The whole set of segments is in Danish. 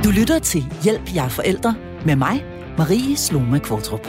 Du lytter til Hjælp, jeg er forældre med mig, Marie Sloma Kvartrup.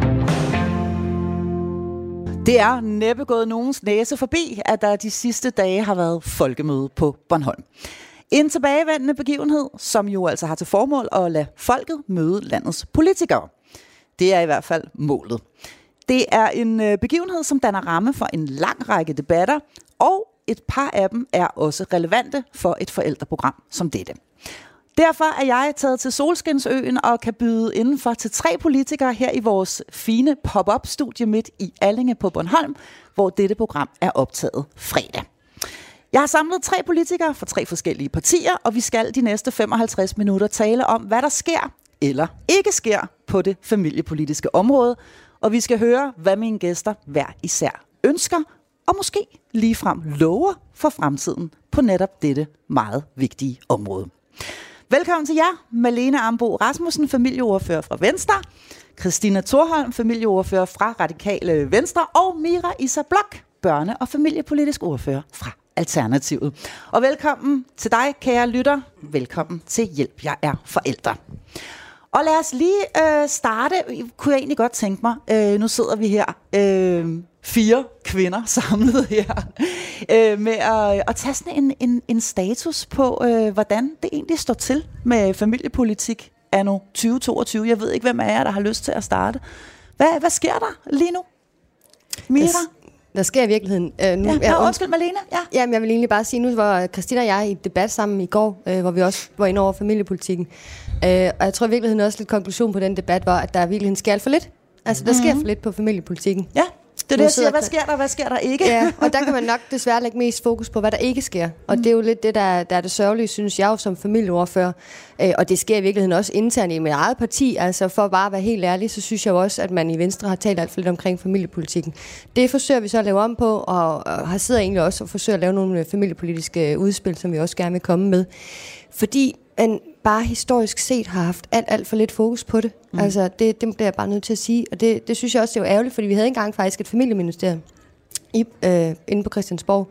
Det er næppe gået nogens næse forbi, at der de sidste dage har været folkemøde på Bornholm. En tilbagevendende begivenhed, som jo altså har til formål at lade folket møde landets politikere. Det er i hvert fald målet. Det er en begivenhed, som danner ramme for en lang række debatter, og et par af dem er også relevante for et forældreprogram som dette. Derfor er jeg taget til Solskinsøen og kan byde indenfor til 3 politikere her i vores fine pop-up-studie midt i Allinge på Bornholm, hvor dette program er optaget fredag. Jeg har samlet 3 politikere fra 3 forskellige partier, og vi skal de næste 55 minutter tale om, hvad der sker eller ikke sker på det familiepolitiske område. Og vi skal høre, hvad mine gæster hver især ønsker, og måske ligefrem lover for fremtiden på netop dette meget vigtige område. Velkommen til jer, Malene Ambo-Rasmussen, familieordfører fra Venstre, Christina Thorholm, familieordfører fra Radikale Venstre, og Mira Issa Bloch, børne- og familiepolitisk ordfører fra Alternativet. Og velkommen til dig, kære lytter. Velkommen til Hjælp, jeg er forældre. Og lad os lige starte, kunne jeg egentlig godt tænke mig, nu sidder vi her, 4 kvinder samlet her, med at tage sådan en status på, hvordan det egentlig står til med familiepolitik anno 2022. Jeg ved ikke, hvem af jer, der har lyst til at starte. Hvad sker der lige nu? Mira? Der sker i virkeligheden... Undskyld, Malene. Ja. Jamen, jeg vil egentlig bare sige, nu var Christina og jeg i et debat sammen i går, hvor vi også var inde over familiepolitikken. Og jeg tror i virkeligheden også lidt konklusion på den debat var, at der i virkeligheden sker alt for lidt. Altså, der sker for lidt på familiepolitikken. Ja. Det er det, jeg siger. Hvad sker der ikke? Ja, og der kan man nok desværre lægge mest fokus på, hvad der ikke sker. Og det er jo lidt det, der er det sørgelige, synes jeg jo som familieordfører. Og det sker i virkeligheden også internt i mit eget parti. Altså for bare at være helt ærlig, så synes jeg jo også, at man i Venstre har talt alt for lidt omkring familiepolitikken. Det forsøger vi så at lave om på, og har siddet egentlig også og forsøger at lave nogle familiepolitiske udspil, som vi også gerne vil komme med. Fordi man bare historisk set har haft alt for lidt fokus på det. Altså, det bliver jeg bare nødt til at sige. Og det synes jeg også, det var ærgerligt, fordi vi havde engang faktisk et familieministerium inde på Christiansborg.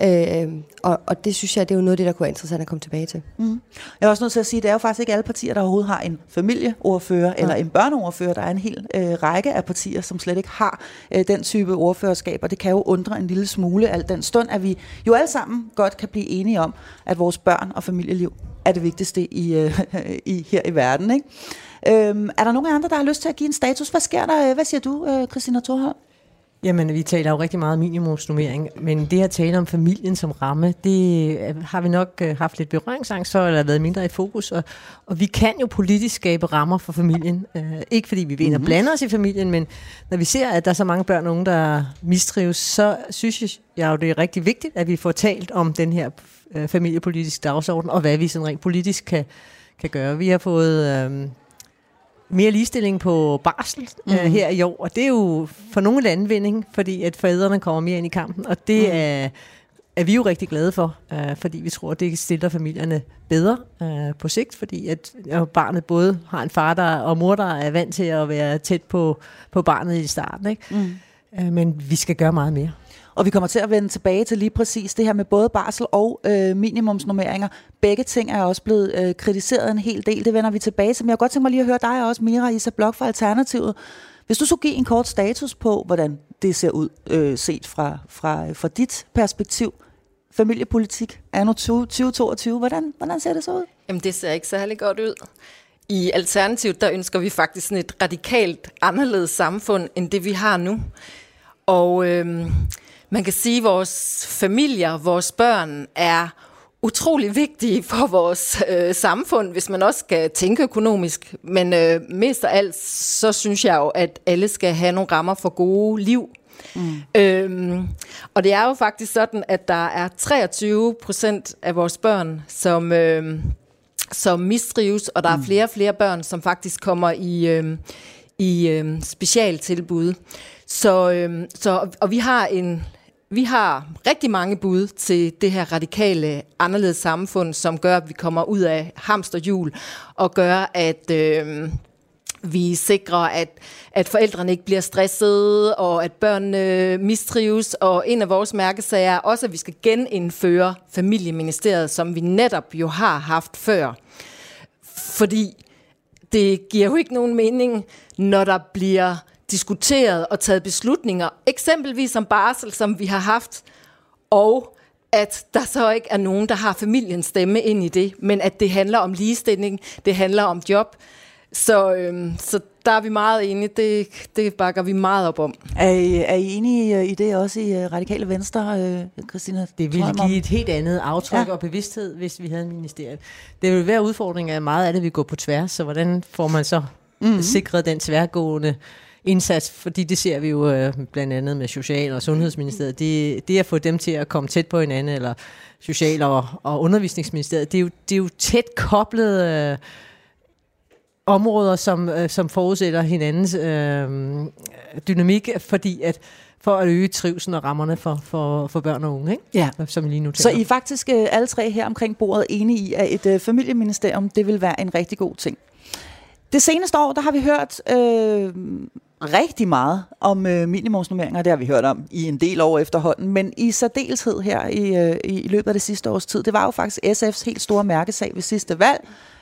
Og det synes jeg, det er jo noget af det, der kunne være interessant at komme tilbage til. Jeg er også nødt til at sige, at det er jo faktisk ikke alle partier, der overhovedet har en familieordfører eller en børneordfører. Der er en hel række af partier, som slet ikke har den type ordførerskab, og det kan jo undre en lille smule, al den stund, at vi jo alle sammen godt kan blive enige om, at vores børn og familieliv er det vigtigste her i verden. Ikke? Er der nogen af andre, der har lyst til at give en status? Hvad sker der? Hvad siger du, Christina Thorholm? Jamen, vi taler jo rigtig meget om minimumsnormering, men det at tale om familien som ramme, det har vi nok haft lidt berøringsangst for, eller været mindre i fokus, og vi kan jo politisk skabe rammer for familien. Ikke fordi vi vil ind og blande os i familien, men når vi ser, at der er så mange børn og unge, der mistrives, så synes jeg jo, det er rigtig vigtigt, at vi får talt om den her familiepolitiske dagsorden, og hvad vi sådan rent politisk kan gøre. Vi har fået... mere ligestilling på barsel her i år, og det er jo for nogle landvinding, fordi at forældrene kommer mere ind i kampen, og det er vi jo rigtig glade for, fordi vi tror, at det stiller familierne bedre på sigt, fordi at barnet både har en far og mor, der er vant til at være tæt på barnet i starten, ikke? Men vi skal gøre meget mere. Og vi kommer til at vende tilbage til lige præcis det her med både barsel og minimumsnormeringer. Begge ting er også blevet kritiseret en hel del. Det vender vi tilbage til. Men jeg kunne godt tænke mig lige at høre dig også, Mira Issa Bloch fra Alternativet. Hvis du så give en kort status på, hvordan det ser ud set fra dit perspektiv, familiepolitik anno 2022, hvordan ser det så ud? Jamen det ser ikke særlig godt ud. I Alternativet, der ønsker vi faktisk sådan et radikalt anderledes samfund, end det vi har nu. Og man kan sige, at vores familier, vores børn er utrolig vigtige for vores samfund, hvis man også skal tænke økonomisk. Men mest af alt, så synes jeg jo, at alle skal have nogle rammer for gode liv. Og det er jo faktisk sådan, at der er 23% af vores børn, som mistrives, og der er flere og flere børn, som faktisk kommer i specialtilbud. Og vi har rigtig mange bud til det her radikale, anderledes samfund, som gør, at vi kommer ud af hamsterhjul, og gør, at vi sikrer, at forældrene ikke bliver stressede, og at børnene mistrives. Og en af vores mærkesager er også, at vi skal genindføre familieministeriet, som vi netop jo har haft før. fordi det giver jo ikke nogen mening, når der bliver diskuteret og taget beslutninger, eksempelvis om barsel, som vi har haft, og at der så ikke er nogen, der har familiens stemme ind i det, men at det handler om ligestilling, det handler om job. Så der er vi meget enige. Det bakker vi meget op om. Er I enige i det også i Radikale Venstre, Christina? Det ville give et helt andet aftryk og bevidsthed, hvis vi havde en ministerium. Det vil være udfordring af meget af det, vi går på tværs, så hvordan får man så sikret den tværgående indsats, fordi det ser vi jo blandt andet med Social- og Sundhedsministeriet. Det at få dem til at komme tæt på hinanden, eller Social- og Undervisningsministeriet, det er jo tæt koblet områder, som forudsætter hinandens dynamik, fordi for at øge trivslen og rammerne for børn og unge, ikke? Ja. Som lige nu så I er faktisk alle tre her omkring bordet enige i, at et familieministerium, det vil være en rigtig god ting. Det seneste år, der har vi hørt rigtig meget om minimumsnormeringer. Det har vi hørt om i en del år efterhånden, men i særdeleshed her i løbet af det sidste års tid. Det var jo faktisk SF's helt store mærkesag ved sidste valg.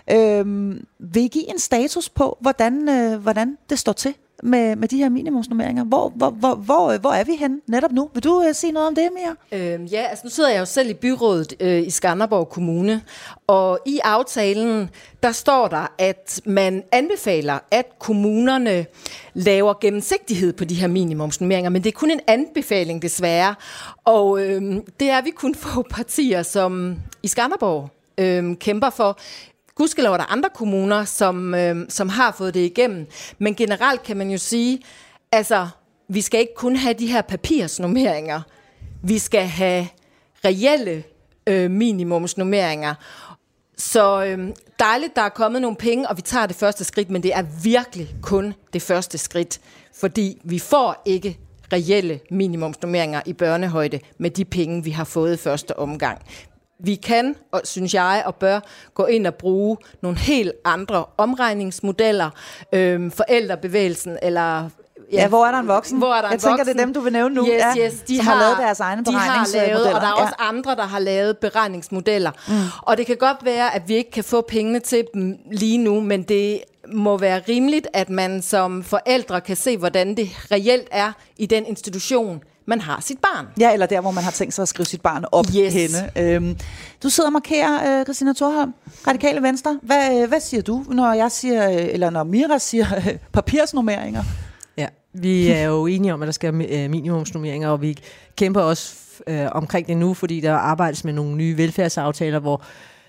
Vil I give en status på, hvordan det står til med de her minimumsnormeringer? Hvor er vi henne netop nu? Vil du sige noget om det, Mia? Ja, altså nu sidder jeg jo selv i byrådet i Skanderborg Kommune, og i aftalen, der står der, at man anbefaler, at kommunerne laver gennemsigtighed på de her minimumsnormeringer, men det er kun en anbefaling desværre, og det er vi kun få partier, som i Skanderborg kæmper for. Gudskelov er der andre kommuner, som har fået det igennem. Men generelt kan man jo sige, altså, vi skal ikke kun have de her papirsnormeringer. Vi skal have reelle minimumsnormeringer. Så dejligt, der er kommet nogle penge, og vi tager det første skridt, men det er virkelig kun det første skridt. Fordi vi får ikke reelle minimumsnormeringer i børnehøjde med de penge, vi har fået i første omgang. Vi kan, og synes jeg, og bør gå ind og bruge nogle helt andre omregningsmodeller, forældrebevægelsen, eller... Ja, hvor er der en voksen? Jeg tænker, det er dem, du vil nævne nu, de har lavet deres egne beregningsmodeller. Og der er også andre, der har lavet beregningsmodeller. Og det kan godt være, at vi ikke kan få pengene til dem lige nu, men det må være rimeligt, at man som forældre kan se, hvordan det reelt er i den institution, man har sit barn. Ja, eller der, hvor man har tænkt sig at skrive sit barn op henne. Du sidder og markerer, Christina Thorholm, Radikale Venstre. Hvad siger du, når jeg siger, eller når Mira siger papirsnormeringer? Ja, vi er jo enige om, at der skal minimumsnormeringer, og vi kæmper også omkring det nu, fordi der arbejdes med nogle nye velfærdsaftaler, hvor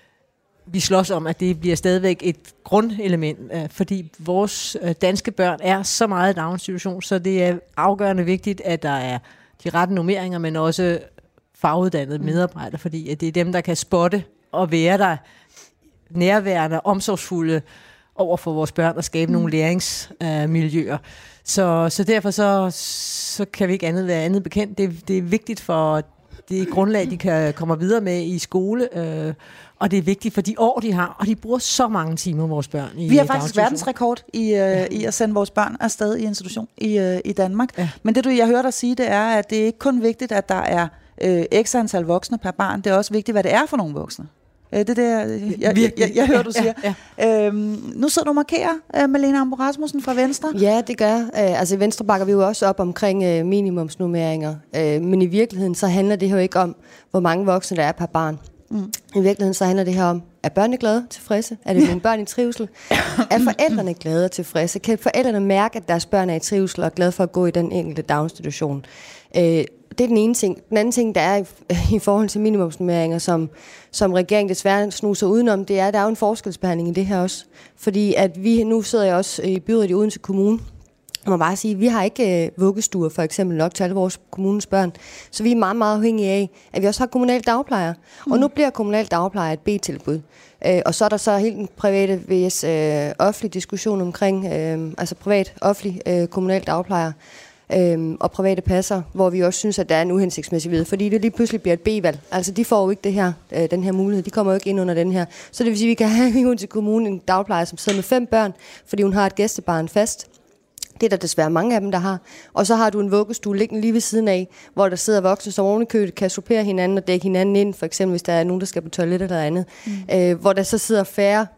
vi slås om, at det bliver stadigvæk et grundelement, fordi vores danske børn er så meget i daginstitution, så det er afgørende vigtigt, at der er de rette normeringer, men også faguddannede medarbejdere, fordi at det er dem, der kan spotte og være der nærværende, omsorgsfulde over for vores børn og skabe nogle læringsmiljøer. Så derfor så kan vi ikke være andet bekendt. Det er vigtigt for det grundlag, de kan komme videre med i skole, og det er vigtigt for de år, de har, og de bruger så mange timer, vores børn, i Vi har faktisk verdensrekord i at sende vores børn afsted i institution i Danmark. Ja. Men det, jeg hører dig sige, det er, at det er ikke kun vigtigt, at der er x antal voksne per barn, det er også vigtigt, hvad det er for nogle voksne. Det der, jeg hører, du siger. Ja. Nu sidder du og markerer, Malene Ambo Rasmussen fra Venstre. Ja, det gør. Altså i Venstre bakker vi jo også op omkring minimumsnormeringer. Men i virkeligheden så handler det jo ikke om, hvor mange voksne der er per barn. I virkeligheden så handler det her om, er børnene glade og tilfredse? Er det nogle børn i trivsel? Er forældrene glade og tilfredse? Kan forældrene mærke, at deres børn er i trivsel og er glade for at gå i den enkelte daginstitution? Det er den ene ting. Den anden ting, der er i forhold til minimumsnormeringer, som regeringen desværre snuser udenom, det er, at der er jo en forskelsbehandling i det her også. Fordi at nu sidder jeg også i byrådet i Odense Kommune, og man bare sige, at vi har ikke vuggestuer for eksempel nok til alle vores kommunens børn. Så vi er meget, meget afhængige af, at vi også har kommunale dagplejere. Og nu bliver kommunale dagplejere et B-tilbud. Og så er der så helt en private vs. Offentlig diskussion omkring, altså privat-offentlig kommunale dagplejere. Og private passer, hvor vi også synes, at der er en uhensigtsmæssighed, fordi det lige pludselig bliver et B-valg. Altså, de får jo ikke den her mulighed. De kommer jo ikke ind under den her. Så det vil sige, at vi kan have til kommunen en dagplejer, som sidder med 5 børn, fordi hun har et gæstebarn fast. Det er der desværre mange af dem, der har. Og så har du en vuggestue liggende lige ved siden af, hvor der sidder voksne, som ovenikøbet kan supplere hinanden og dække hinanden ind, for eksempel hvis der er nogen, der skal på toilet eller andet. Hvor der så sidder færre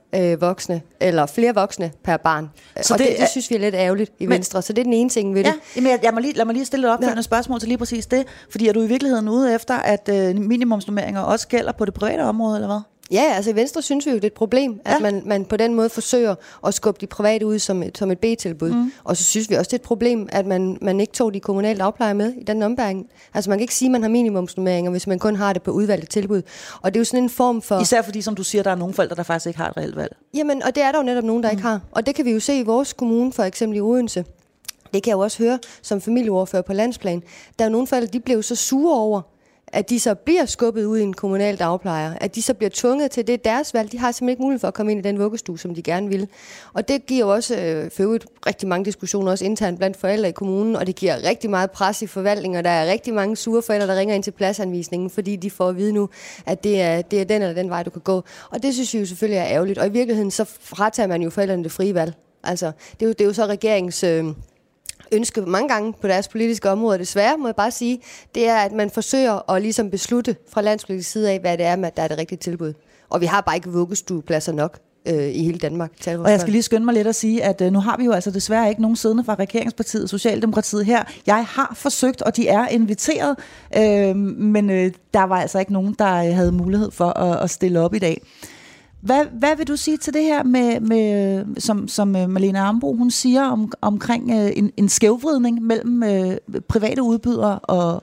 voksne, eller flere voksne per barn. Så og det synes vi er lidt ærgerligt i Venstre, så det er den ene ting ved det. Ja, men lad mig lige stille et opfølgende spørgsmål til lige præcis det, fordi er du i virkeligheden ude efter, at minimumsnormeringer også gælder på det private område, eller hvad? Ja, altså i Venstre synes vi jo, det er et problem, at man på den måde forsøger at skubbe de private ud som et B-tilbud. Og så synes vi også, det er et problem, at man ikke tog de kommunale dagplejere med i den ombæring. Altså man kan ikke sige, at man har minimumsnormeringer, hvis man kun har det på udvalgte tilbud. Og det er jo sådan en form for... Især fordi, som du siger, der er nogle forældre, der faktisk ikke har et reelt valg. Jamen, og det er der jo netop nogen, der ikke har. Og det kan vi jo se i vores kommune, for eksempel i Odense. Det kan jeg jo også høre som familieordfører på landsplan. Der er jo nogle forældre, de blev så sure over, at de så bliver skubbet ud i en kommunal dagplejer, at de så bliver tvunget til, det er deres valg. De har simpelthen ikke mulighed for at komme ind i den vuggestue, som de gerne vil. Og det giver jo også for øvrigt rigtig mange diskussioner, også internt blandt forældre i kommunen, og det giver rigtig meget pres i forvaltningen, og der er rigtig mange sure forældre, der ringer ind til pladsanvisningen, fordi de får at vide nu, at det er den eller den vej, du kan gå. Og det synes vi jo selvfølgelig er ærgerligt, og i virkeligheden så fratager man jo forældrene det frie valg. Altså, det er jo så regeringens... ønske mange gange på deres politiske område, desværre må jeg bare sige, det er, at man forsøger at ligesom beslutte fra landspolitisk side af, hvad det er, der er det rigtige tilbud. Og vi har bare ikke vuggestuepladser nok i hele Danmark. Og jeg skal lige skynde mig lidt at sige, at nu har vi jo altså desværre ikke nogen siddende fra regeringspartiet, Socialdemokratiet her. Jeg har forsøgt, og de er inviteret, men der var altså ikke nogen, der havde mulighed for at stille op i dag. Hvad vil du sige til det her med som Marlene Ambo, hun siger omkring en skævvridning mellem private udbydere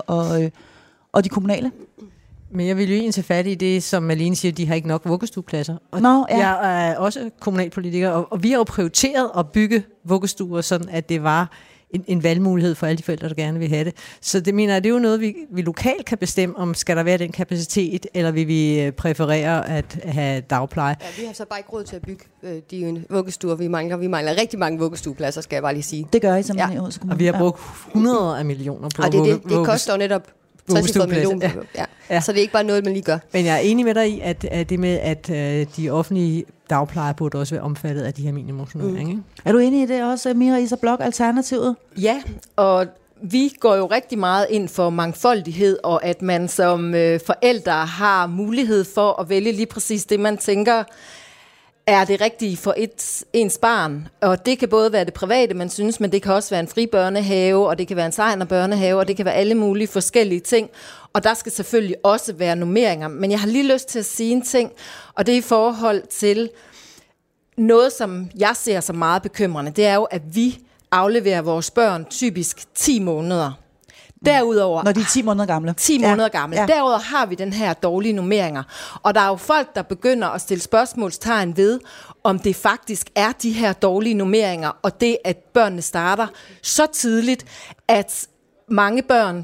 og de kommunale? Men jeg vil jo egentlig tage fat i det, som Marlene siger, de har ikke nok vuggestuepladser. Og jeg er også kommunalpolitiker, og vi har jo prioriteret at bygge vuggestuer, sådan at det var en valgmulighed for alle de forældre, der gerne vil have det. Så det mener jeg, det er jo noget, vi lokalt kan bestemme, om skal der være den kapacitet, eller vil vi præferere at have dagpleje. Ja, vi har så bare ikke råd til at bygge de vuggestuer, vi mangler. Vi mangler rigtig mange vuggestuepladser, skal jeg bare lige sige. Det gør I simpelthen i Odense Kommune. Og vi har brugt 100 af millioner på det koster jo netop 60 millioner. Ja. Så det er ikke bare noget, man lige gør. Men jeg er enig med dig i, at det med, at de offentlige dagplejer burde også være omfattet af de her minimumsnormeringer. Er du enig i det også, Mira-Isa Bloch, Alternativet? Ja, og vi går jo rigtig meget ind for mangfoldighed, og at man som forældre har mulighed for at vælge lige præcis det, man tænker er det rigtige for ens barn. Og det kan både være det private, man synes, men det kan også være en fri børnehave, og det kan være en Seiner børnehave, og det kan være alle mulige forskellige ting. Og der skal selvfølgelig også være normeringer. Men jeg har lige lyst til at sige en ting, og det er i forhold til noget, som jeg ser som meget bekymrende. Det er jo, at vi afleverer vores børn typisk 10 måneder. Derudover, når de er 10 måneder gamle. 10 måneder gamle. Ja. Derudover har vi den her dårlige normeringer. Og der er jo folk, der begynder at stille spørgsmålstegn ved, om det faktisk er de her dårlige normeringer, og det, at børnene starter så tidligt, at mange børn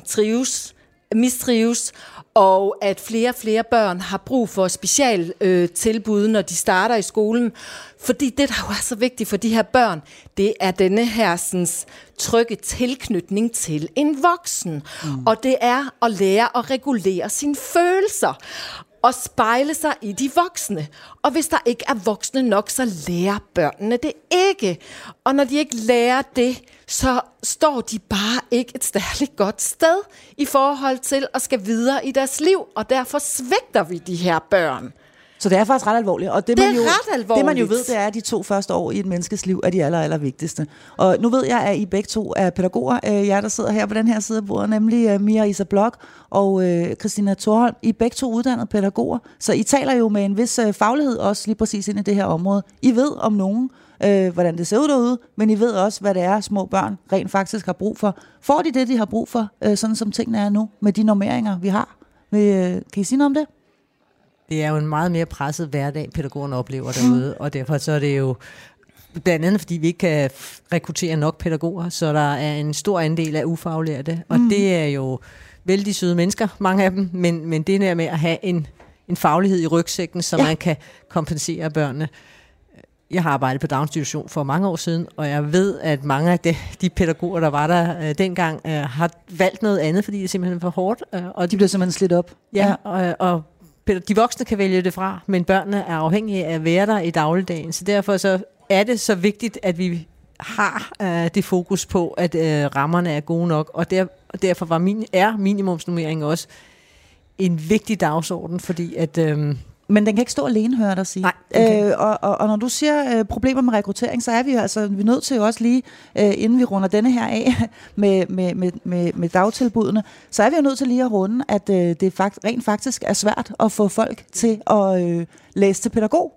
mistrives, og at flere og flere børn har brug for specialtilbud, når de starter i skolen. Fordi det, der jo er så vigtigt for de her børn, det er denne her sådan, trygge tilknytning til en voksen. Og det er at lære at regulere sine følelser og spejle sig i de voksne. Og hvis der ikke er voksne nok, så lærer børnene det ikke. Og når de ikke lærer det, så står de bare ikke et særligt godt sted i forhold til at skal videre i deres liv, og derfor svigter vi de her børn. Så det er faktisk ret alvorligt. Og det man jo ved, det er, at de 2 første år i et menneskes liv er de aller vigtigste. Og nu ved jeg, at I begge to er pædagoger. Jeg der sidder her på den her side af bordet, nemlig Mira-Isa Bloch og Christina Thorholm. I er begge to uddannede pædagoger, så I taler jo med en vis faglighed også lige præcis ind i det her område. I ved om nogen, hvordan det ser ud derude, men I ved også, hvad det er, små børn rent faktisk har brug for. Får de det, de har brug for, sådan som tingene er nu, med de normeringer, vi har? Kan I sige noget om det? Det er jo en meget mere presset hverdag, pædagogerne oplever derude, og derfor så er det jo blandt andet, fordi vi ikke kan rekruttere nok pædagoger, så der er en stor andel af ufaglærte, og det er jo vældig søde mennesker, mange af dem, men det der med at have en faglighed i rygsækken, så man kan kompensere børnene. Jeg har arbejdet på daginstitution for mange år siden, og jeg ved, at mange af de pædagoger, der var der dengang, har valgt noget andet, fordi det simpelthen er for hårdt. Og de bliver simpelthen slidt op. Ja, og de voksne kan vælge det fra, men børnene er afhængige af at være der i dagligdagen. Så derfor så er det så vigtigt, at vi har det fokus på, at rammerne er gode nok. Og derfor er minimumsnormering også en vigtig dagsorden, fordi at Men den kan ikke stå alene, hører jeg dig sige. Nej, okay. Og når du siger problemer med rekruttering, så er vi jo altså vi er nødt til jo også lige, inden vi runder denne her af med dagtilbudene, så er vi jo nødt til lige at runde, at det rent faktisk er svært at få folk til at læse til pædagog.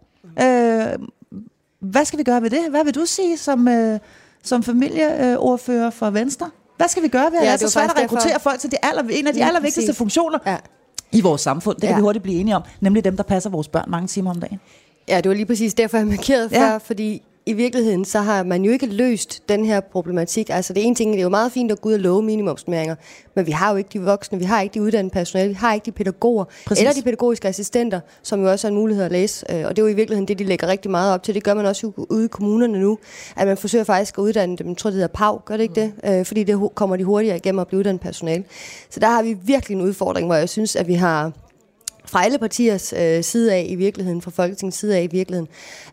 Hvad skal vi gøre ved det? Hvad vil du sige som familieordfører for Venstre? Hvad skal vi gøre ved, at det er så svært at rekruttere folk til en af de allervigtigste funktioner i vores samfund? Det kan vi hurtigt blive enige om, nemlig dem, der passer vores børn mange timer om dagen. Ja, det var lige præcis derfor, jeg markerede før, fordi i virkeligheden, så har man jo ikke løst den her problematik. Altså det ene ting, det er jo meget fint at gå ud og love minimumsnormeringer, men vi har jo ikke de voksne, vi har ikke de uddannede personale, vi har ikke de pædagoger, eller de pædagogiske assistenter, som jo også har en mulighed at læse. Og det er jo i virkeligheden det, de lægger rigtig meget op til. Det gør man også ude i kommunerne nu, at man forsøger faktisk at uddanne dem. Jeg tror, det hedder PAV, gør det ikke det? Fordi det kommer de hurtigere igennem at blive uddannet personale. Så der har vi virkelig en udfordring, hvor jeg synes, at vi har fra alle partiers side af i virkeligheden, fra Folketingets side af i virkeligheden,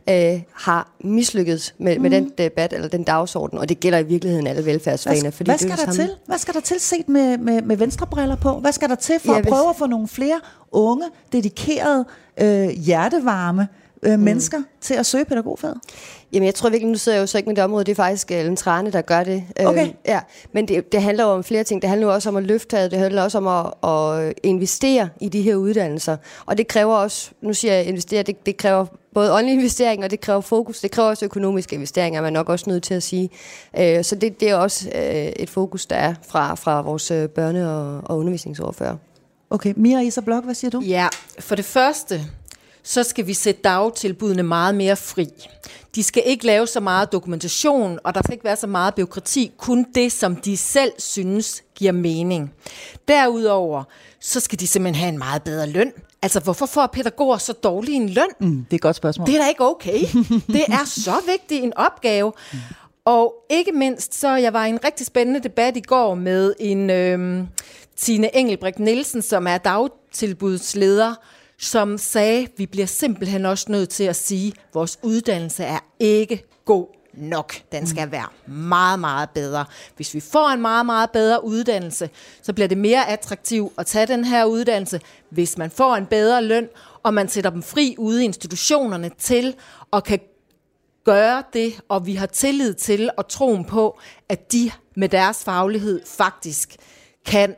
har mislykkedes med den debat eller den dagsorden, og det gælder i virkeligheden alle velfærdsfagene. Hvad skal der til set med venstrebriller på? Hvad skal der til for at prøve at få nogle flere unge, dedikerede, hjertevarme mennesker til at søge pædagogfaget? Jamen, jeg tror virkelig, nu sidder jeg jo så ikke med det område, det er faktisk Ellen Trane, der gør det. Okay. Ja, men det handler jo om flere ting. Det handler jo også om at løfte det, det handler også om at investere i de her uddannelser. Og det kræver også, nu siger jeg investere, det kræver både åndelig investering, og det kræver fokus. Det kræver også økonomiske investeringer, er man nok også nødt til at sige. Så det er også et fokus, der er fra vores børne- og undervisningsordfører. Okay, Mira Isa Blok, hvad siger du? Ja, for det første, så skal vi sætte dagtilbudene meget mere fri. De skal ikke lave så meget dokumentation, og der skal ikke være så meget bureaukrati, kun det, som de selv synes giver mening. Derudover, så skal de simpelthen have en meget bedre løn. Altså, hvorfor får pædagoger så dårlig en løn? Det er et godt spørgsmål. Det er da ikke okay. Det er så vigtig en opgave. Og ikke mindst, så jeg var i en rigtig spændende debat i går med en Tine Engelbrecht Nielsen, som er dagtilbudsleder, som sagde, vi bliver simpelthen også nødt til at sige, at vores uddannelse er ikke god nok. Den skal være meget, meget bedre. Hvis vi får en meget, meget bedre uddannelse, så bliver det mere attraktivt at tage den her uddannelse. Hvis man får en bedre løn, og man sætter dem fri ude i institutionerne til at kan gøre det, og vi har tillid til og troen på, at de med deres faglighed faktisk kan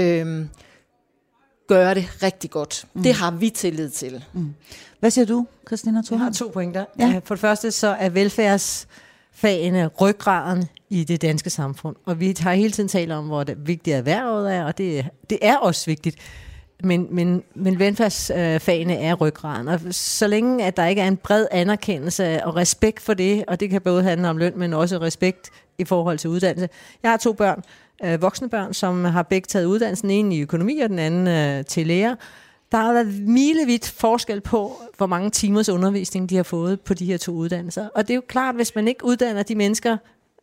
gøre det rigtig godt. Det har vi tillid til. Hvad siger du, Christina Thorholm? Jeg har 2 pointer. Ja. For det første så er velfærdsfagene ryggraden i det danske samfund. Og vi har hele tiden talt om, hvor vigtigt erhvervet er, og det er også vigtigt. Men velfærdsfagene er ryggraden. Og så længe at der ikke er en bred anerkendelse og respekt for det, og det kan både handle om løn, men også respekt i forhold til uddannelse. Jeg har 2 børn, voksne børn, som har begge taget uddannelsen, en i økonomi og den anden til lærer. Der har været milevidt forskel på, hvor mange timers undervisning de har fået på de her 2 uddannelser. Og det er jo klart, hvis man ikke uddanner de mennesker,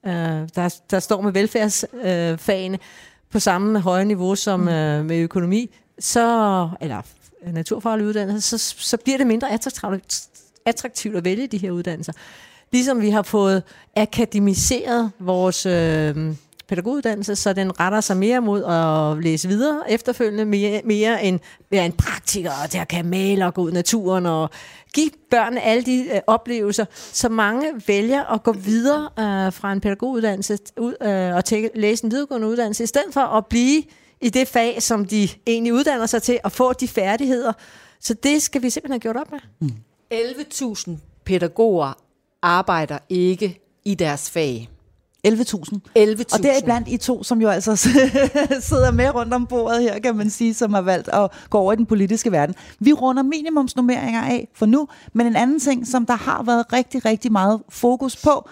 der står med velfærdsfagene på samme høje niveau som med økonomi, eller naturfaglige uddannelser, så bliver det mindre attraktivt at vælge de her uddannelser. Ligesom vi har fået akademiseret vores pædagoguddannelse, så den retter sig mere mod at læse videre efterfølgende, mere end være en praktiker, der kan male og gå ud i naturen og give børnene alle de oplevelser. Så mange vælger at gå videre fra en pædagoguddannelse ud og læse en videregående uddannelse, i stedet for at blive i det fag, som de egentlig uddanner sig til, og få de færdigheder. Så det skal vi simpelthen have gjort op med. 11.000 pædagoger arbejder ikke i deres fag. 11.000. 11.000. Og det er blandt I 2, som jo altså sidder med rundt om bordet her, kan man sige, som har valgt at gå over i den politiske verden. Vi runder minimumsnormeringer af for nu, men en anden ting, som der har været rigtig, rigtig meget fokus på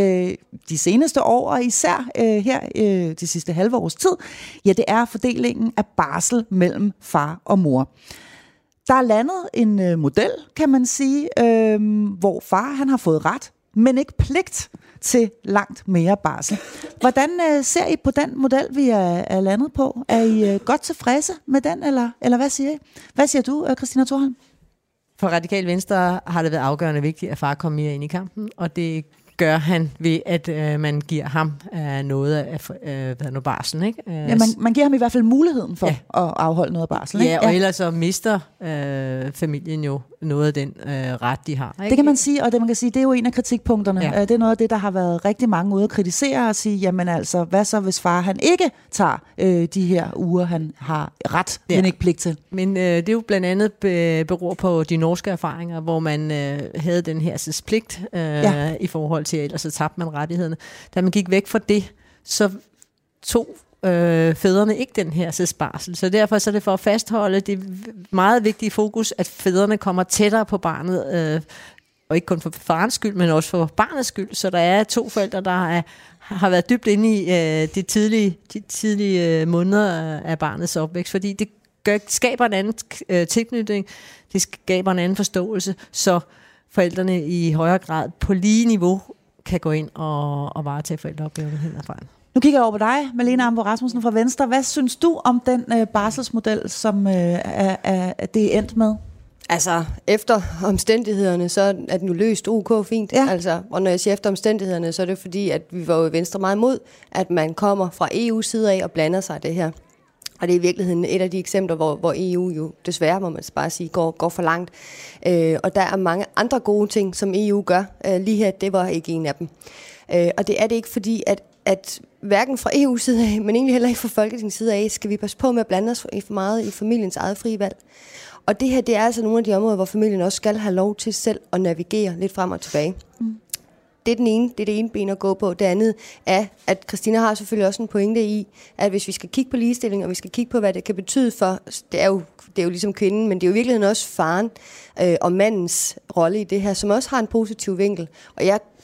de seneste år, og især her de sidste halve års tid, ja, det er fordelingen af barsel mellem far og mor. Der er landet en model, kan man sige, hvor far han har fået ret, men ikke pligt til langt mere barsel. Hvordan ser I på den model, vi er landet på? Er I godt tilfredse med den, eller hvad siger I? Hvad siger du, Christina Thorholm? For Radikale Venstre har det været afgørende vigtigt, at far kom mere ind i kampen, og det gør han ved, at man giver ham noget af barslen, ikke? Ja, man giver ham i hvert fald muligheden for at afholde noget af barslen. Ja, og ellers så mister familien jo noget af den ret, de har. Ikke? Det kan man sige, og det man kan sige, det er jo en af kritikpunkterne. Ja. Det er noget af det, der har været rigtig mange ude at kritisere og sige, jamen altså, hvad så hvis far han ikke tager de her uger, han har ret, men ikke pligt til? Men det er jo blandt andet beror på de norske erfaringer, hvor man havde den her pligt i forhold til, ellers så tabte man rettighederne. Da man gik væk fra det, så tog fædrene ikke den her barsel. Så derfor så er det for at fastholde det meget vigtige fokus, at fædrene kommer tættere på barnet, og ikke kun for farens skyld, men også for barnets skyld. Så der er 2 forældre, der har været dybt inde i de tidlige måneder af barnets opvækst, fordi det skaber en anden tilknytning, det skaber en anden forståelse, så forældrene i højere grad på lige niveau kan gå ind og varetage forældreopgaven hen ad vejen. Nu kigger jeg over på dig, Malene Ambo-Rasmussen fra Venstre. Hvad synes du om den barselsmodel, som det er endt med? Altså, efter omstændighederne, så er den jo løst ok fint. Ja. Altså, og når jeg siger efter omstændighederne, så er det fordi, at vi var jo i Venstre meget imod, at man kommer fra EU's side af og blander sig i det her. Og det er i virkeligheden et af de eksempler, hvor EU jo desværre, må man bare sige, går for langt. Og der er mange andre gode ting, som EU gør. Lige her, det var ikke en af dem. Og det er det ikke fordi, at hverken fra EU's side af, men egentlig heller ikke fra Folketingets side af, skal vi passe på med at blande os for meget i familiens eget frie valg. Og det her, det er altså nogle af de områder, hvor familien også skal have lov til selv at navigere lidt frem og tilbage. Det er det ene ben at gå på. Det andet er, at Christina har selvfølgelig også en pointe i, at hvis vi skal kigge på ligestilling, og vi skal kigge på, hvad det kan betyde for, det er jo ligesom kvinden, men det er jo i virkeligheden også faren og mandens rolle i det her, som også har en positiv vinkel. Og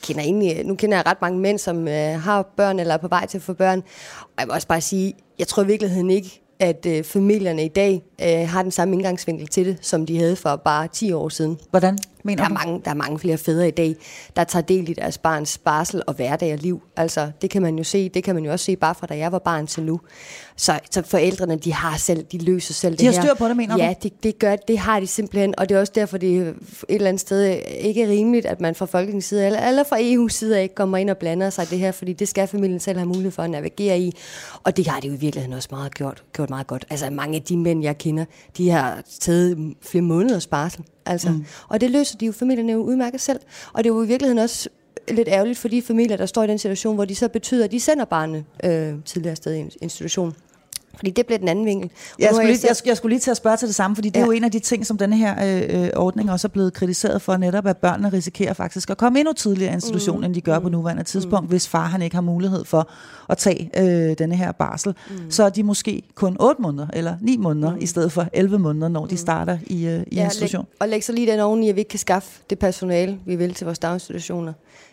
nu kender jeg ret mange mænd, som har børn eller er på vej til at få børn. Og jeg vil også bare sige, jeg tror i virkeligheden ikke, at familierne i dag har den samme indgangsvinkel til det, som de havde for bare 10 år siden. Hvordan mener du? Der er mange flere fædre i dag, der tager del i deres barns barsel og hverdag og liv. Altså, det kan man jo se. Det kan man jo også se bare fra da jeg var barn til nu. Så forældrene, de løser selv det her. De har styr på det, mener du? Ja, det har de simpelthen. Og det er også derfor, det er et eller andet sted ikke er rimeligt, at man fra Folketingets side eller fra EU's side ikke kommer ind og blander sig i det her, fordi det skal familien selv have mulighed for at navigere i. Og det har de jo i virkeligheden også gjort meget godt. Altså, mange af de mænd, jeg kender, de har taget flere måneders barsel. Altså. Og det løser de jo familierne jo udmærket selv. Og det er jo i virkeligheden også lidt ærgerligt for de familier, der står i den situation, hvor de så betyder, at de sender barnet tidligere sted i en institution. Fordi det bliver den anden vinkel. Jeg skulle lige til at spørge til det samme, fordi det er jo en af de ting, som denne her ordning også er blevet kritiseret for, netop at børnene risikerer faktisk at komme endnu tidligere i institutionen, end de gør på nuværende tidspunkt, hvis far han ikke har mulighed for at tage denne her barsel. Så er de måske kun 8 måneder eller 9 måneder, i stedet for 11 måneder, når de starter i institution. Og læg så lige den oveni, at vi ikke kan skaffe det personale, vi vil til vores daginstitutioner.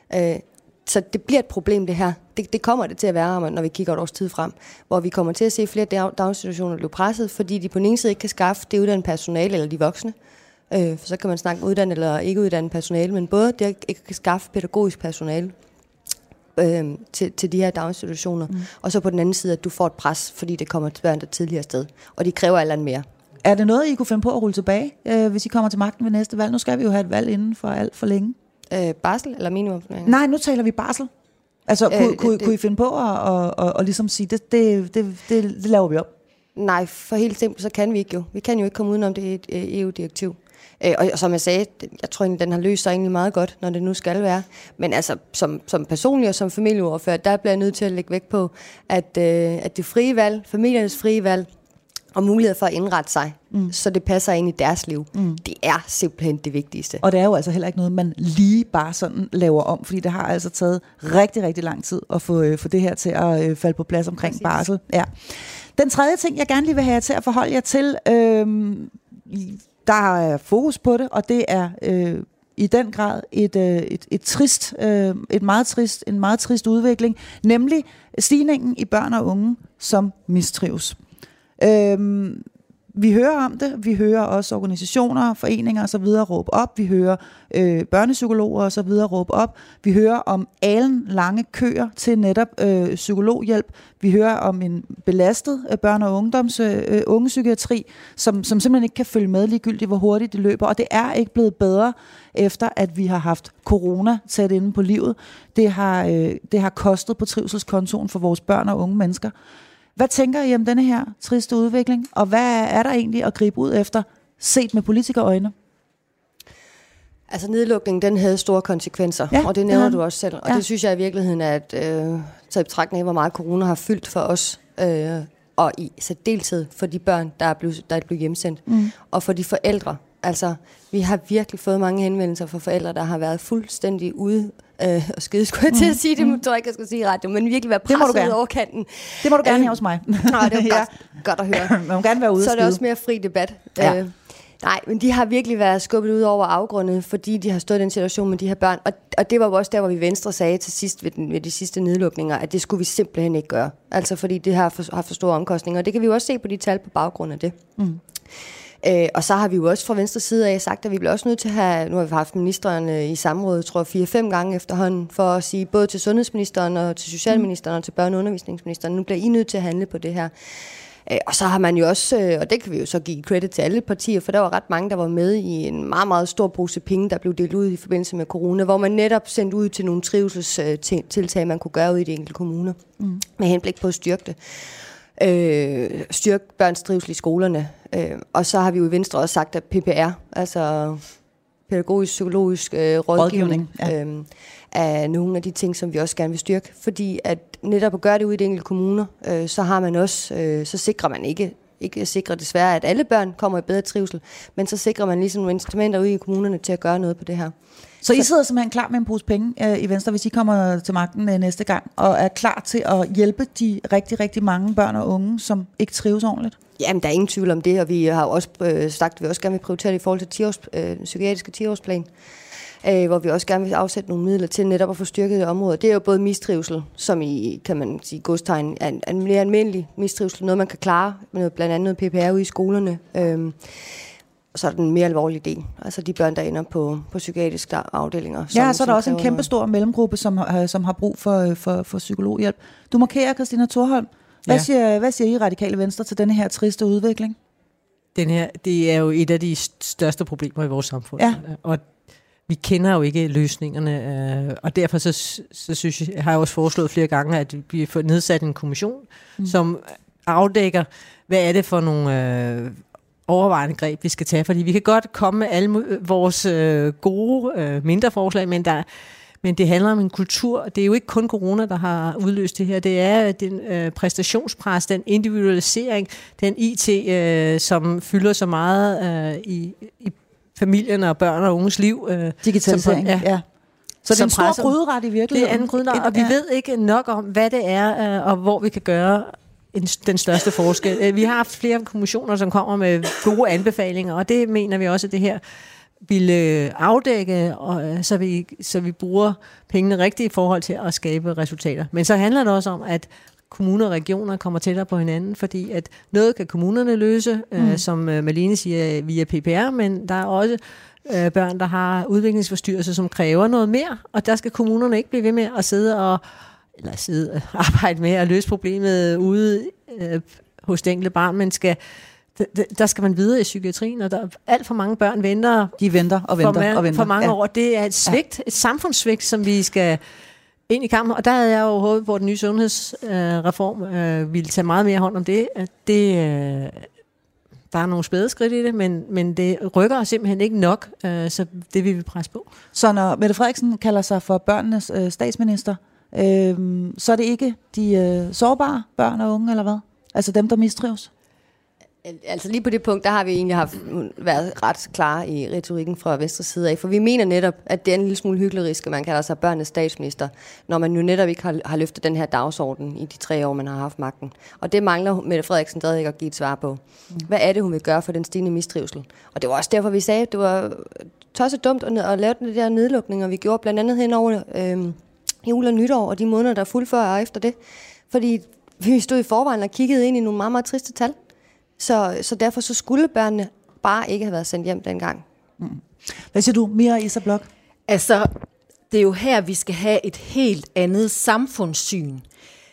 Så det bliver et problem, det her. Det kommer det til at være, når vi kigger et års tid frem, hvor vi kommer til at se flere daginstitutioner blive presset, fordi de på den ene side ikke kan skaffe det uddannede personale eller de voksne. For så kan man snakke uddannet eller ikke uddannet personale, men både det ikke kan skaffe pædagogisk personale til de her daginstitutioner, og så på den anden side, at du får et pres, fordi det kommer til børn der tidligere sted, og de kræver alt andet mere. Er det noget, I kunne finde på at rulle tilbage, hvis I kommer til magten ved næste valg? Nu skal vi jo have et valg inden for alt for længe. Barsel eller minimum? Nej, nu taler vi barsel. Altså, kunne I finde på at ligesom sige, det laver vi op? Nej, for helt simpelt, så kan vi ikke jo. Vi kan jo ikke komme udenom det EU-direktiv. Og som jeg sagde, jeg tror egentlig, den har løst sig egentlig meget godt, når det nu skal være. Men altså, som personlig og som familieordfører, der bliver jeg nødt til at lægge vægt på, at det frie valg, familiernes frie valg, og mulighed for at indrette sig, så det passer ind i deres liv. Det er simpelthen det vigtigste. Og det er jo altså heller ikke noget, man lige bare sådan laver om, fordi det har altså taget rigtig, rigtig lang tid at få det her til at falde på plads omkring barsel. Ja. Den tredje ting, jeg gerne lige vil have jer til at forholde jer til, der er fokus på det, og det er i den grad en meget trist udvikling, nemlig stigningen i børn og unge, som mistrives. Vi hører om det, vi hører også organisationer, foreninger osv. råbe op, vi hører børnepsykologer osv. råbe op, vi hører om lange køer til netop psykologhjælp, vi hører om en belastet børne- og ungepsykiatri, som simpelthen ikke kan følge med ligegyldigt, hvor hurtigt det løber, og det er ikke blevet bedre efter at vi har haft corona tæt inde på livet. Det har kostet på trivselskontoen for vores børn og unge mennesker. Hvad tænker I om denne her triste udvikling, og hvad er der egentlig at gribe ud efter, set med politikerøjne? Altså nedlukningen, den havde store konsekvenser, og det nævner du også selv. Og det synes jeg i virkeligheden er, at så i betragtning af, hvor meget corona har fyldt for os, og i særdeleshed for de børn, der er blevet hjemsendt, og for de forældre. Altså, vi har virkelig fået mange henvendelser fra forældre, der har været fuldstændig ude og skide, skulle jeg til at sige, det tror jeg ikke, jeg skal sige i radio, men virkelig være presset ud over kanten. Det må du gerne hos mig. Det er godt at høre. Man må gerne være ude. Så er det også mere fri debat. Ja. Nej, men de har virkelig været skubbet ud over afgrundet, fordi de har stået i den situation med de her børn. Og det var jo også der, hvor vi Venstre sagde til sidst ved de sidste nedlukninger, at det skulle vi simpelthen ikke gøre. Altså fordi det har for store omkostninger. Og det kan vi jo også se på de tal på baggrund af det. Og så har vi jo også fra Venstre side af sagt, at vi bliver også nødt til at have, nu har vi haft ministeren i samrådet, tror jeg 4-5 gange efterhånden, for at sige både til sundhedsministeren og til socialministeren og til børne- og undervisningsministeren, nu bliver I nødt til at handle på det her. Og så har man jo også, og det kan vi jo så give credit til alle partier, for der var ret mange, der var med i en meget, meget stor pose penge, der blev delt ud i forbindelse med corona, hvor man netop sendte ud til nogle trivselstiltag, man kunne gøre ud i de enkelte kommuner, med henblik på at styrke det. Styrke børns trivsel i skolerne. Og så har vi jo i Venstre også sagt, at PPR, altså pædagogisk-psykologisk rådgivning, er nogle af de ting, som vi også gerne vil styrke. Fordi at netop at gøre det ude i de enkelte kommuner, så har man også, så sikrer man ikke sikrer desværre, at alle børn kommer i bedre trivsel, men så sikrer man ligesom nogle instrumenter ude i kommunerne til at gøre noget på det her. Så I sidder simpelthen klar med en pose penge i Venstre, hvis I kommer til magten næste gang, og er klar til at hjælpe de rigtig, rigtig mange børn og unge, som ikke trives ordentligt? Jamen, der er ingen tvivl om det, og vi har også sagt, at vi også gerne vil prioritere det i forhold til psykiatriske 10-årsplan, hvor vi også gerne vil afsætte nogle midler til netop at få styrket det område. Det er jo både mistrivsel, som i, kan man sige, godstegn, er en mere almindelig mistrivsel, noget man kan klare, med blandt andet PPR ude i skolerne. Så er den mere alvorlige del, altså de børn, der ender på psykiatriske afdelinger. Ja, så er der også en kæmpestor mellemgruppe, som har brug for psykologhjælp. Du markerer, Christina Thorholm. Hvad siger I Radikale Venstre til denne her triste udvikling? Det er jo et af de største problemer i vores samfund. Ja. Og vi kender jo ikke løsningerne, og derfor så synes jeg, har jeg også foreslået flere gange, at vi får nedsat en kommission, som afdækker, hvad er det for nogle overvejende greb, vi skal tage. Fordi vi kan godt komme med alle vores gode mindre forslag, men det handler om en kultur. Det er jo ikke kun corona, der har udløst det her. Det er den præstationspres, den individualisering, den IT, som fylder så meget i familierne og børn og unges liv. Digitalisering, ja. Så det er en stor gryderet i virkeligheden. Det er en gryderet, og vi ved ikke nok om, hvad det er, og hvor vi kan gøre den største forskel. Vi har haft flere kommissioner, som kommer med gode anbefalinger, og det mener vi også, at det her ville afdække, og så vi bruger pengene rigtigt i forhold til at skabe resultater. Men så handler det også om, at kommuner og regioner kommer tættere på hinanden, fordi at noget kan kommunerne løse, som Malene siger, via PPR, men der er også børn, der har udviklingsforstyrrelser, som kræver noget mere, og der skal kommunerne ikke blive ved med at sidde og arbejde med at løse problemet ude hos det enkelte barn, men der skal man videre i psykiatrien, og der er alt for mange børn venter. De venter og venter for mange år. Det er et svigt, et samfundssvigt, som vi skal ind i kampen, og der havde jeg jo håbet på, at den nye sundhedsreform ville tage meget mere hånd om det. Der er nogle spædeskridt i det, men det rykker simpelthen ikke nok, så det vil vi presse på. Så når Mette Frederiksen kalder sig for børnenes statsminister, så er det ikke de sårbare børn og unge, eller hvad? Altså dem, der mistrives? Altså lige på det punkt, der har vi egentlig været ret klare i retorikken fra Venstres side af, for vi mener netop, at det er en lille smule hyklerisk, at man kalder sig børnenes statsminister, når man jo netop ikke har løftet den her dagsorden i de 3 år, man har haft magten. Og det mangler Mette Frederiksen stadig ikke at give et svar på. Hvad er det, hun vil gøre for den stigende mistrivsel? Og det var også derfor, vi sagde, at det var tosset dumt at lave den der nedlukning, og vi gjorde blandt andet hen over jul og nytår, og de måneder, der fulgte før og efter det. Fordi vi stod i forvejen og kiggede ind i nogle meget, meget triste tal. Så derfor så skulle børnene bare ikke have været sendt hjem dengang. Hvad siger du, Mira Issa Bloch? Altså, det er jo her, vi skal have et helt andet samfundssyn.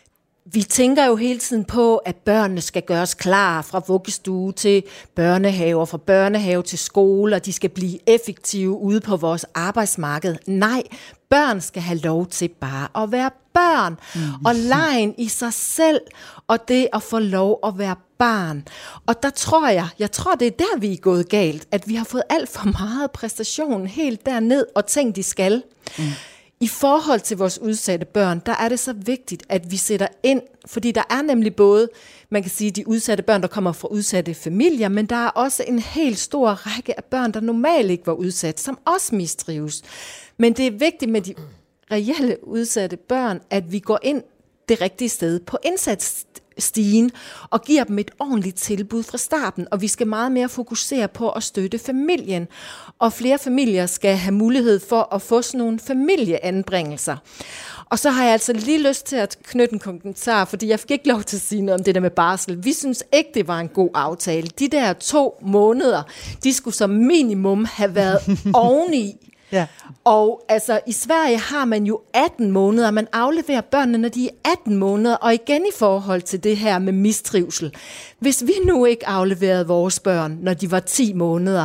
vi tænker jo hele tiden på, at børnene skal gøres klar fra vuggestue til børnehave, og fra børnehave til skole, og de skal blive effektive ude på vores arbejdsmarked. Nej, børn skal have lov til bare at være børn, og legen i sig selv, og det at få lov at være barn. Og der tror jeg tror, det er der, vi er gået galt, at vi har fået alt for meget præstation helt derned, og ting, de skal. I forhold til vores udsatte børn, der er det så vigtigt, at vi sætter ind, fordi der er nemlig både, man kan sige, de udsatte børn, der kommer fra udsatte familier, men der er også en helt stor række af børn, der normalt ikke var udsat, som også mistrives. Men det er vigtigt med de reelle udsatte børn, at vi går ind det rigtige sted på indsatsstigen og giver dem et ordentligt tilbud fra starten. Og vi skal meget mere fokusere på at støtte familien. Og flere familier skal have mulighed for at få sådan nogle familieanbringelser. Og så har jeg altså lige lyst til at knytte en kommentar, fordi jeg fik ikke lov til at sige noget om det der med barsel. Vi synes ikke, det var en god aftale. De der 2 måneder, de skulle som minimum have været oveni. Ja. Og altså i Sverige har man jo 18 måneder, man afleverer børnene, når de er 18 måneder, og igen i forhold til det her med mistrivsel. Hvis vi nu ikke afleverede vores børn, når de var 10 måneder,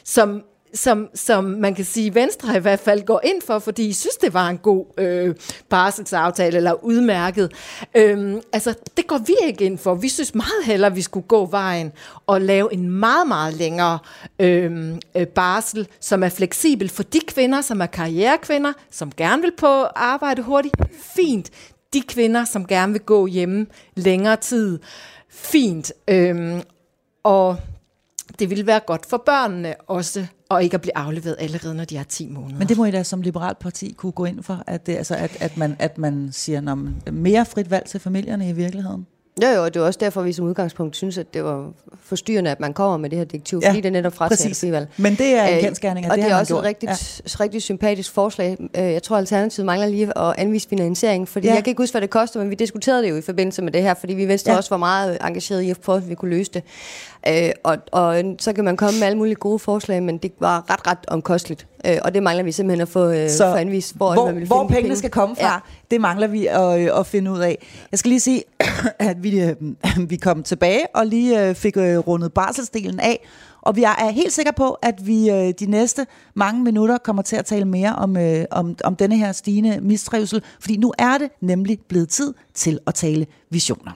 som man kan sige, Venstre i hvert fald går ind for, fordi I synes, det var en god barselsaftale, eller udmærket. Altså, det går vi ikke ind for. Vi synes meget hellere, vi skulle gå vejen og lave en meget, meget længere barsel, som er fleksibel for de kvinder, som er karrierekvinder, som gerne vil på arbejde hurtigt. Fint. De kvinder, som gerne vil gå hjemme længere tid. Fint. Og det ville være godt for børnene også, og ikke at blive afleveret allerede, når de er 10 måneder. Men det må I da som liberalt parti kunne gå ind for, at, det, altså, at man siger mere frit valg til familierne i virkeligheden? Jo, og det er også derfor, vi som udgangspunkt synes, at det var forstyrrende, at man kommer med det her direktiv, fordi det netop fratager frivalg. Men det er en kendsgerning, at og det er har også et rigtig sympatisk forslag. Jeg tror, Alternativet mangler lige at anvise finansiering, fordi jeg kan ikke huske, hvad det koster, men vi diskuterede det jo i forbindelse med det her, fordi vi vidste også, hvor meget engageret i at prøve, at vi kunne løse det. Og så kan man komme med alle mulige gode forslag, men det var ret omkosteligt. Og det mangler vi simpelthen at få anvist, hvor man vil hvor finde pengene skal komme fra. Det mangler vi at finde ud af. Jeg skal lige sige, at vi kom tilbage og lige fik rundet barselsdelen af. Og jeg er helt sikker på, at vi de næste mange minutter kommer til at tale mere om denne her stigende mistrivsel. Fordi nu er det nemlig blevet tid til at tale visioner.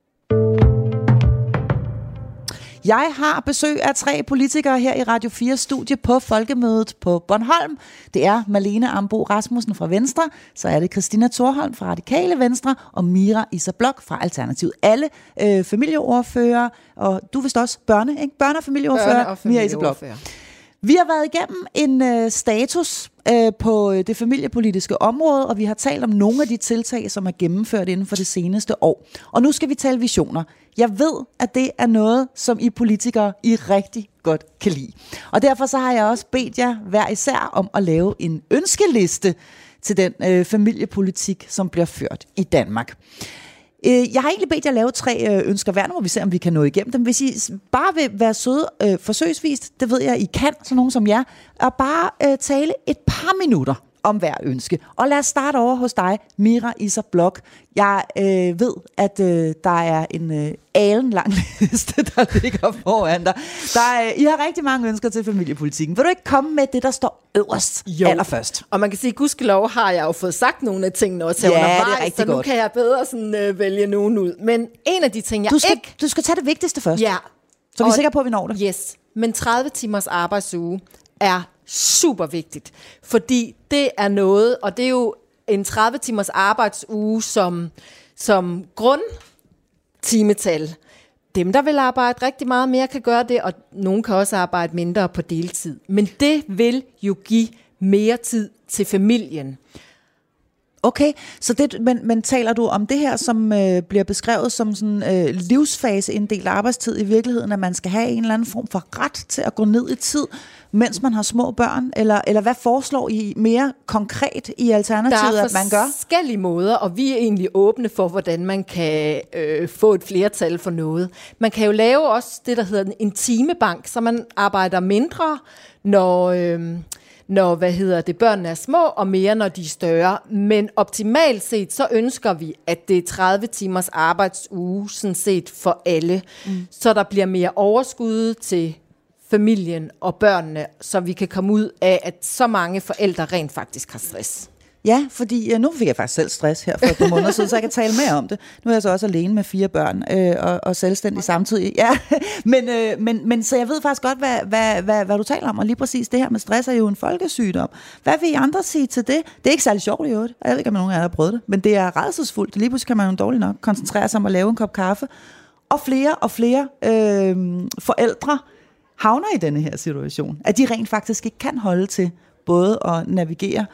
Jeg har besøg af 3 politikere her i Radio 4 studie på Folkemødet på Bornholm. Det er Marlene Ambo-Rasmussen fra Venstre, så er det Christina Thorholm fra Radikale Venstre og Mira Issa Bloch fra Alternativet. Alle familieordfører, og du er vist også børne og familieordfører, Mira Issa Bloch. Vi har været igennem en status på det familiepolitiske område, og vi har talt om nogle af de tiltag, som er gennemført inden for det seneste år. Og nu skal vi tale visioner. Jeg ved, at det er noget, som I politikere I rigtig godt kan lide. Og derfor så har jeg også bedt jer hver især om at lave en ønskeliste til den familiepolitik, som bliver ført i Danmark. Jeg har egentlig bedt jer lave 3 ønsker hver, nu må vi se, om vi kan nå igennem dem. Hvis I bare vil være søde forsøgsvist, det ved jeg, I kan, sådan nogen som jer, og bare tale et par minutter om hver ønske. Og lad os starte over hos dig, Mira Issa Bloch. Jeg ved, at der er en alenlang liste, der ligger foran dig. I har rigtig mange ønsker til familiepolitikken. Vil du ikke komme med det, der står øverst allerførst? Og man kan sige, gudskelov har jeg jo fået sagt nogle af tingene også her undervejs, så nu kan jeg bedre sådan, vælge nogen ud. Men en af de ting, Du skal tage det vigtigste først. Ja. Så vi er sikre på, at vi når det. Yes, men 30 timers arbejdsuge er super vigtigt, fordi det er noget, og det er jo en 30 timers arbejdsuge som grundtimetal. Dem, der vil arbejde rigtig meget mere, kan gøre det, og nogen kan også arbejde mindre på deltid. Men det vil jo give mere tid til familien. Okay, så men taler du om det her, som bliver beskrevet som sådan livsfaseinddelt arbejdstid i virkeligheden, at man skal have en eller anden form for ret til at gå ned i tid, mens man har små børn? Eller hvad foreslår I mere konkret i Alternativet, at man gør? Der er forskellige måder, og vi er egentlig åbne for, hvordan man kan få et flertal for noget. Man kan jo lave også det, der hedder en timebank, så man arbejder mindre, når børnene er små, og mere, når de er større. Men optimalt set, så ønsker vi, at det er 30 timers arbejdsuge, sådan set for alle. Så der bliver mere overskud til familien og børnene, så vi kan komme ud af, at så mange forældre rent faktisk har stress. Ja, fordi nu fik jeg faktisk selv stress her for et par måneder siden, så jeg kan tale mere om det. Nu er jeg så også alene med 4 børn og selvstændig samtidig. Ja, men så jeg ved faktisk godt, hvad du taler om, og lige præcis det her med stress er jo en folkesygdom. Hvad vil I andre sige til det? Det er ikke særlig sjovt i øvrigt, jeg ved ikke, om nogen af jer har prøvet det, men det er rædselsfuldt. Lige pludselig kan man jo dårligt nok koncentrere sig om at lave en kop kaffe, og flere forældre havner i denne her situation, at de rent faktisk ikke kan holde til både at navigere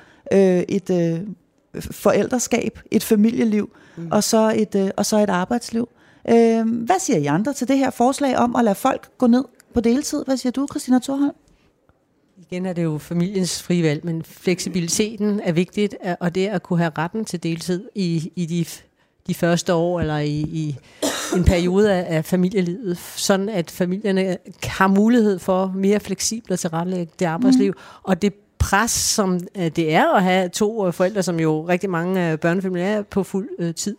et forældreskab, et familieliv og så et arbejdsliv. Hvad siger I andre til det her forslag om at lade folk gå ned på deltid? Hvad siger du, Christina Thorholm? Igen er det jo familiens frie valg, men fleksibiliteten er vigtigt, og det at kunne have retten til deltid i de første år eller i en periode af familielivet, sådan at familierne har mulighed for mere fleksibelt at tilrettelægge det arbejdsliv, og det pres, som det er at have 2 forældre, som jo rigtig mange børnefamilier er på fuld tid.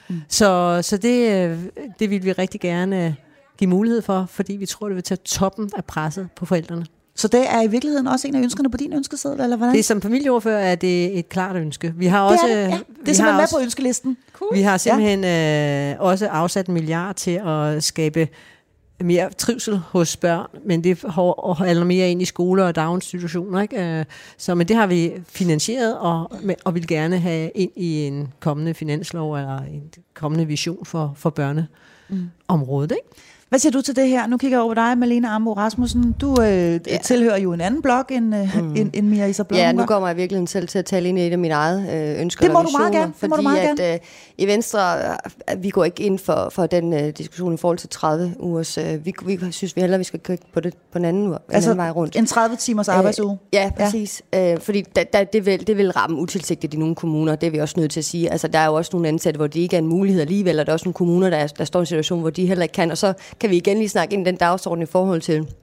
Så det vil vi rigtig gerne give mulighed for, fordi vi tror, det vil tage toppen af presset på forældrene. Så det er i virkeligheden også en af ønskerne på din ønskeseddel, eller hvordan? Det er som familieordfører er det et klart ønske. Vi har også, det er simpelthen med på ønskelisten. Cool. Vi har simpelthen også afsat 1 milliard til at skabe mere trivsel hos børn, men det handler mere ind i skoler og daginstitutioner, ikke? Men det har vi finansieret og vil gerne have ind i en kommende finanslov eller en kommende vision for børneområdet, ikke? Hvad siger du til det her? Nu kigger jeg over dig, Malene Ambo Rasmussen. Du tilhører jo en anden blog end Mia Isa Blom. Ja, nu kommer jeg virkelig selv til at tale ind i et af mine eget ønsker. Det må du meget gerne. Fordi i Venstre, vi går ikke ind for den diskussion i forhold til 30 ugers. Vi synes vi hellere, vi skal kigge på det på en anden vej rundt. En 30 timers arbejdsuge? Ja, præcis. Fordi det vil ramme utilsigtet i nogle kommuner. Det er vi også nødt til at sige. Altså, der er jo også nogle ansatte, hvor det ikke er en mulighed alligevel, og der er også nogle kommuner, der står i en situation, hvor de heller ikke kan, og så kan vi igen lige snakke ind i den dagsorden i forhold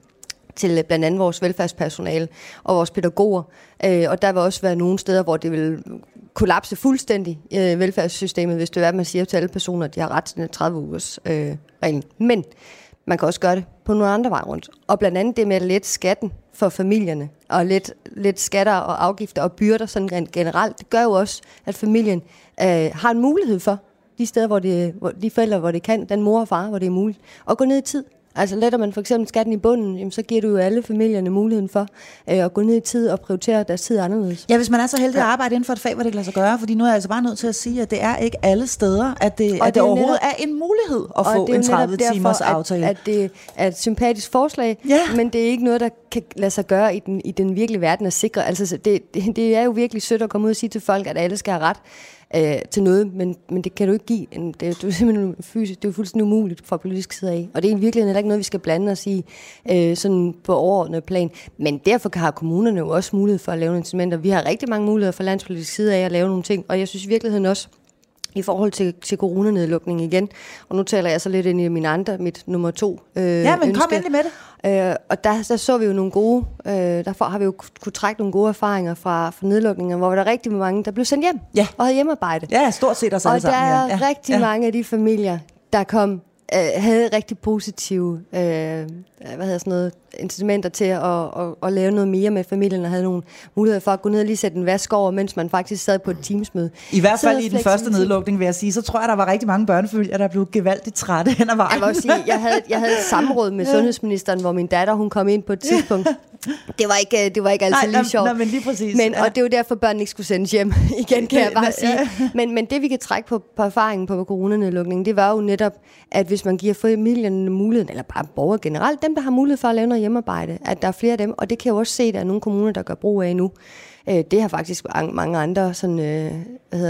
til blandt andet vores velfærdspersonale og vores pædagoger. Og der vil også være nogle steder, hvor det vil kollapse fuldstændig velfærdssystemet, hvis det er, at man siger til alle personer, at de har ret til den 30 ugers regel. Men man kan også gøre det på nogle andre veje rundt. Og blandt andet det med at lette skatten for familierne, og let skatter og afgifter og byrder sådan generelt, det gør jo også, at familien har en mulighed for, de steder, hvor de forældre, hvor det kan, den mor og far, hvor det er muligt, at gå ned i tid. Altså letter man for eksempel skatten i bunden, jamen, så giver du jo alle familierne muligheden for at gå ned i tid og prioritere deres tid anderledes. Ja, hvis man er så heldig at arbejde inden for et fag, hvor det kan lade sig gøre, fordi nu er jeg altså bare nødt til at sige, at det er ikke alle steder, at det overhovedet er en mulighed at få en 30-timers aftale. At det er et sympatisk forslag, men det er ikke noget, der kan lade sig gøre i den virkelige verden at sikre. Altså det er jo virkelig sødt at komme ud og sige til folk, at alle skal have ret til noget, men det kan du ikke give. Det er simpelthen fysisk, det er fuldstændig umuligt fra politisk side af. Og det er i virkeligheden heller ikke noget, vi skal blande os i sådan på overordnet plan. Men derfor har kommunerne jo også mulighed for at lave nogle instrumenter. Vi har rigtig mange muligheder fra landspolitisk side af at lave nogle ting, og jeg synes i virkeligheden også, i forhold til coronanedlukning igen, og nu taler jeg så lidt ind i mit nummer 2 ja, men kom endelig med det. Og der så vi jo nogle gode, derfor har vi jo kunne trække nogle gode erfaringer fra nedlukninger, hvor der er rigtig mange, der blev sendt hjem og havde hjemmearbejde. Ja, stort set os alle sammen. Og der er rigtig mange af de familier, der havde rigtig positive incitamenter til at lave noget mere med familien, og havde nogle muligheder for at gå ned og lige sætte en vask over, mens man faktisk sad på et teamsmøde. I hvert fald i den første nedlukning, vil jeg sige, så tror jeg, der var rigtig mange børnefamilier, der blev gevaldigt trætte hen ad vejen. Jeg vil også sige, jeg havde et samråd med sundhedsministeren, hvor min datter, hun kom ind på et tidspunkt. Det var ikke altid lige sjovt. Nej, men lige præcis. Og det er jo derfor, børnene ikke skulle sendes hjem igen, kan jeg bare sige. Men det, vi kan trække på erfaringen på coronanedlukningen, det var jo netop, at hvis man giver familierne muligheden, eller bare borgere generelt, dem, der har mulighed for at lave noget hjemmearbejde, at der er flere af dem, og det kan jeg også se, at der er nogle kommuner, der gør brug af nu. Det har faktisk mange andre sådan,